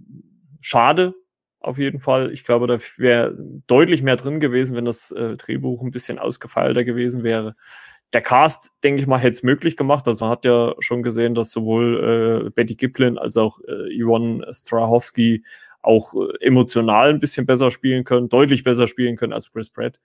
schade auf jeden Fall. Ich glaube, da wäre deutlich mehr drin gewesen, wenn das Drehbuch ein bisschen ausgefeilter gewesen wäre. Der Cast, denke ich mal, hätte es möglich gemacht. Also man hat ja schon gesehen, dass sowohl Betty Giplin als auch Yvonne Strahovski auch emotional ein bisschen besser spielen können, deutlich besser spielen können als Chris Pratt.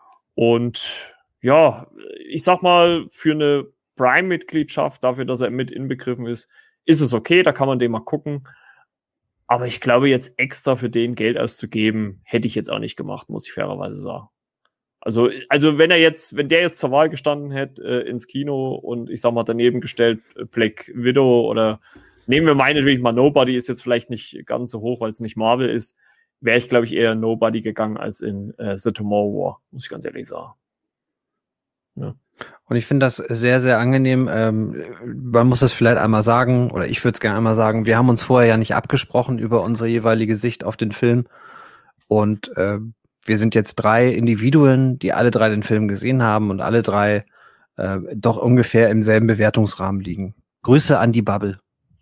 Und ja, ich sag mal, für eine Prime-Mitgliedschaft, dafür, dass er mit inbegriffen ist es okay, da kann man den mal gucken. Aber ich glaube, jetzt extra für den Geld auszugeben, hätte ich jetzt auch nicht gemacht, muss ich fairerweise sagen. Also wenn der jetzt zur Wahl gestanden hätte ins Kino und ich sag mal daneben gestellt Black Widow oder nehmen wir meinetwegen mal Nobody, ist jetzt vielleicht nicht ganz so hoch, weil es nicht Marvel ist, wäre ich, glaube ich, eher Nobody gegangen als in The Tomorrow War, muss ich ganz ehrlich sagen. Ja. Und ich finde das sehr, sehr angenehm. Man muss das vielleicht einmal sagen, oder ich würde es gerne einmal sagen, wir haben uns vorher ja nicht abgesprochen über unsere jeweilige Sicht auf den Film. Und wir sind jetzt 3 Individuen, die alle 3 den Film gesehen haben und alle 3 doch ungefähr im selben Bewertungsrahmen liegen. Grüße an die Bubble.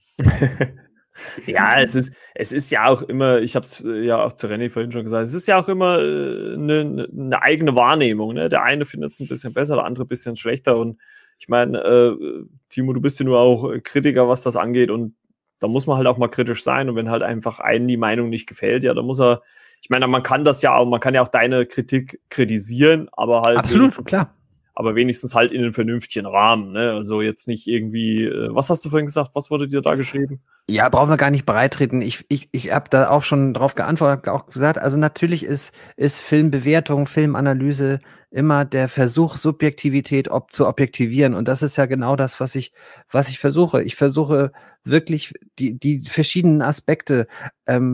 Ja, es ist ja auch immer, ich habe es ja auch zu René vorhin schon gesagt, es ist ja auch immer eine eigene Wahrnehmung. Ne? Der eine findet es ein bisschen besser, der andere ein bisschen schlechter. Und ich meine, Timo, du bist ja nur auch Kritiker, was das angeht. Und da muss man halt auch mal kritisch sein. Und wenn halt einfach einen die Meinung nicht gefällt, ja, dann muss er, ich meine, man kann ja auch deine Kritik kritisieren, aber halt. Absolut, klar. Aber wenigstens halt in einem vernünftigen Rahmen. Ne? Also jetzt nicht irgendwie, was hast du vorhin gesagt? Was wurde dir da geschrieben? Ja, brauchen wir gar nicht breitreten. Ich habe da auch schon drauf geantwortet, auch gesagt, also natürlich ist Filmbewertung, Filmanalyse immer der Versuch, Subjektivität zu objektivieren. Und das ist ja genau das, was ich versuche. Ich versuche wirklich die verschiedenen Aspekte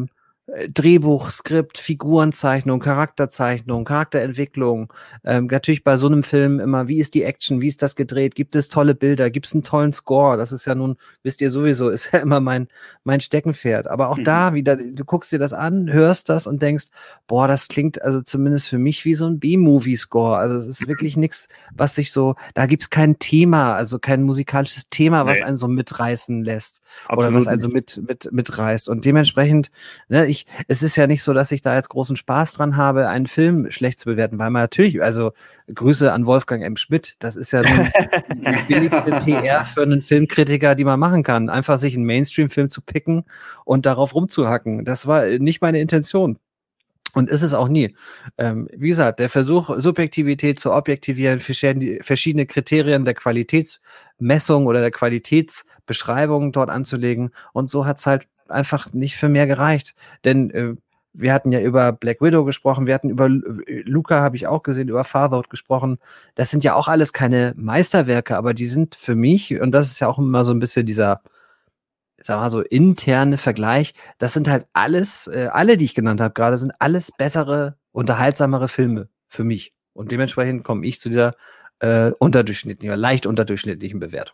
Drehbuch, Skript, Figurenzeichnung, Charakterzeichnung, Charakterentwicklung. Natürlich bei so einem Film immer, wie ist die Action, wie ist das gedreht, gibt es tolle Bilder, gibt es einen tollen Score, das ist ja nun, wisst ihr sowieso, ist ja immer mein Steckenpferd. Aber auch da wieder, du guckst dir das an, hörst das und denkst, boah, das klingt also zumindest für mich wie so ein B-Movie-Score. Also es ist wirklich nichts, was sich so, da gibt es kein Thema, also kein musikalisches Thema, was einen so mitreißen lässt. Absolut oder was einen so mitreißt. Und dementsprechend, ne, es ist ja nicht so, dass ich da jetzt großen Spaß dran habe, einen Film schlecht zu bewerten, weil man natürlich, also Grüße an Wolfgang M. Schmidt, das ist ja nun die billigste PR für einen Filmkritiker, die man machen kann. Einfach sich einen Mainstream-Film zu picken und darauf rumzuhacken. Das war nicht meine Intention. Und ist es auch nie. Wie gesagt, der Versuch, Subjektivität zu objektivieren, verschiedene Kriterien der Qualitätsmessung oder der Qualitätsbeschreibung dort anzulegen. Und so hat es halt einfach nicht für mehr gereicht. Denn wir hatten ja über Black Widow gesprochen, wir hatten über Luca, habe ich auch gesehen, über Fatherhood gesprochen. Das sind ja auch alles keine Meisterwerke, aber die sind für mich, und das ist ja auch immer so ein bisschen dieser, sag mal so, interne Vergleich, das sind halt alles, alle, die ich genannt habe gerade, sind alles bessere, unterhaltsamere Filme für mich. Und dementsprechend komme ich zu dieser unterdurchschnittlichen oder leicht unterdurchschnittlichen Bewertung.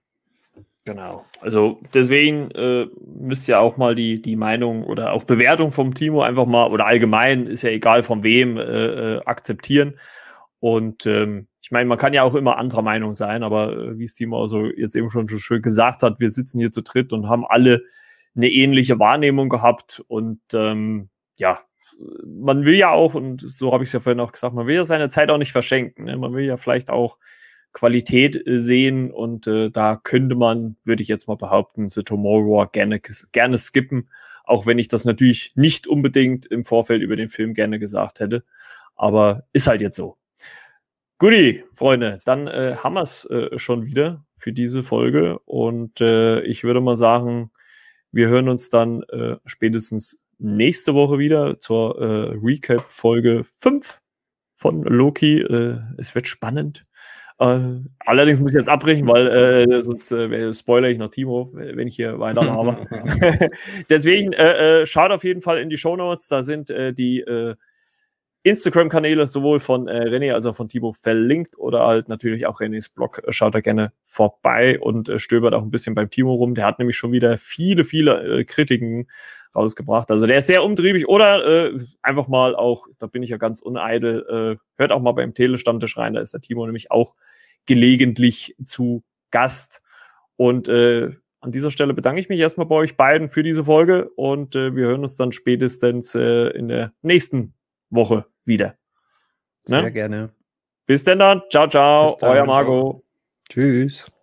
Genau. Also deswegen müsst ihr auch mal die Meinung oder auch Bewertung vom Timo einfach mal, oder allgemein, ist ja egal von wem, akzeptieren. Und ich meine, man kann ja auch immer anderer Meinung sein, aber wie es Timo also jetzt eben schon so schön gesagt hat, wir sitzen hier zu dritt und haben alle eine ähnliche Wahrnehmung gehabt. Und ja, man will ja auch, und so habe ich es ja vorhin auch gesagt, man will ja seine Zeit auch nicht verschenken. Ne? Man will ja vielleicht auch Qualität sehen und da könnte man, würde ich jetzt mal behaupten, The Tomorrow War gerne skippen, auch wenn ich das natürlich nicht unbedingt im Vorfeld über den Film gerne gesagt hätte, aber ist halt jetzt so. Guti, Freunde, dann haben wir es schon wieder für diese Folge und ich würde mal sagen, wir hören uns dann spätestens nächste Woche wieder zur Recap Folge 5 von Loki. Es wird spannend. Allerdings muss ich jetzt abbrechen, weil sonst spoilere ich noch Timo, wenn ich hier weiter laber. Deswegen schaut auf jeden Fall in die Shownotes, da sind die Instagram-Kanäle sowohl von René als auch von Timo verlinkt oder halt natürlich auch Renés Blog. Schaut da gerne vorbei und stöbert auch ein bisschen beim Timo rum. Der hat nämlich schon wieder viele Kritiken rausgebracht. Also der ist sehr umtriebig oder einfach mal auch, da bin ich ja ganz uneitel, hört auch mal beim Telestammtisch rein, da ist der Timo nämlich auch gelegentlich zu Gast. Und an dieser Stelle bedanke ich mich erstmal bei euch beiden für diese Folge und wir hören uns dann spätestens in der nächsten Woche wieder. Sehr gerne. Bis denn dann. Ciao, ciao. Bis dann, Euer ciao. Marco. Tschüss.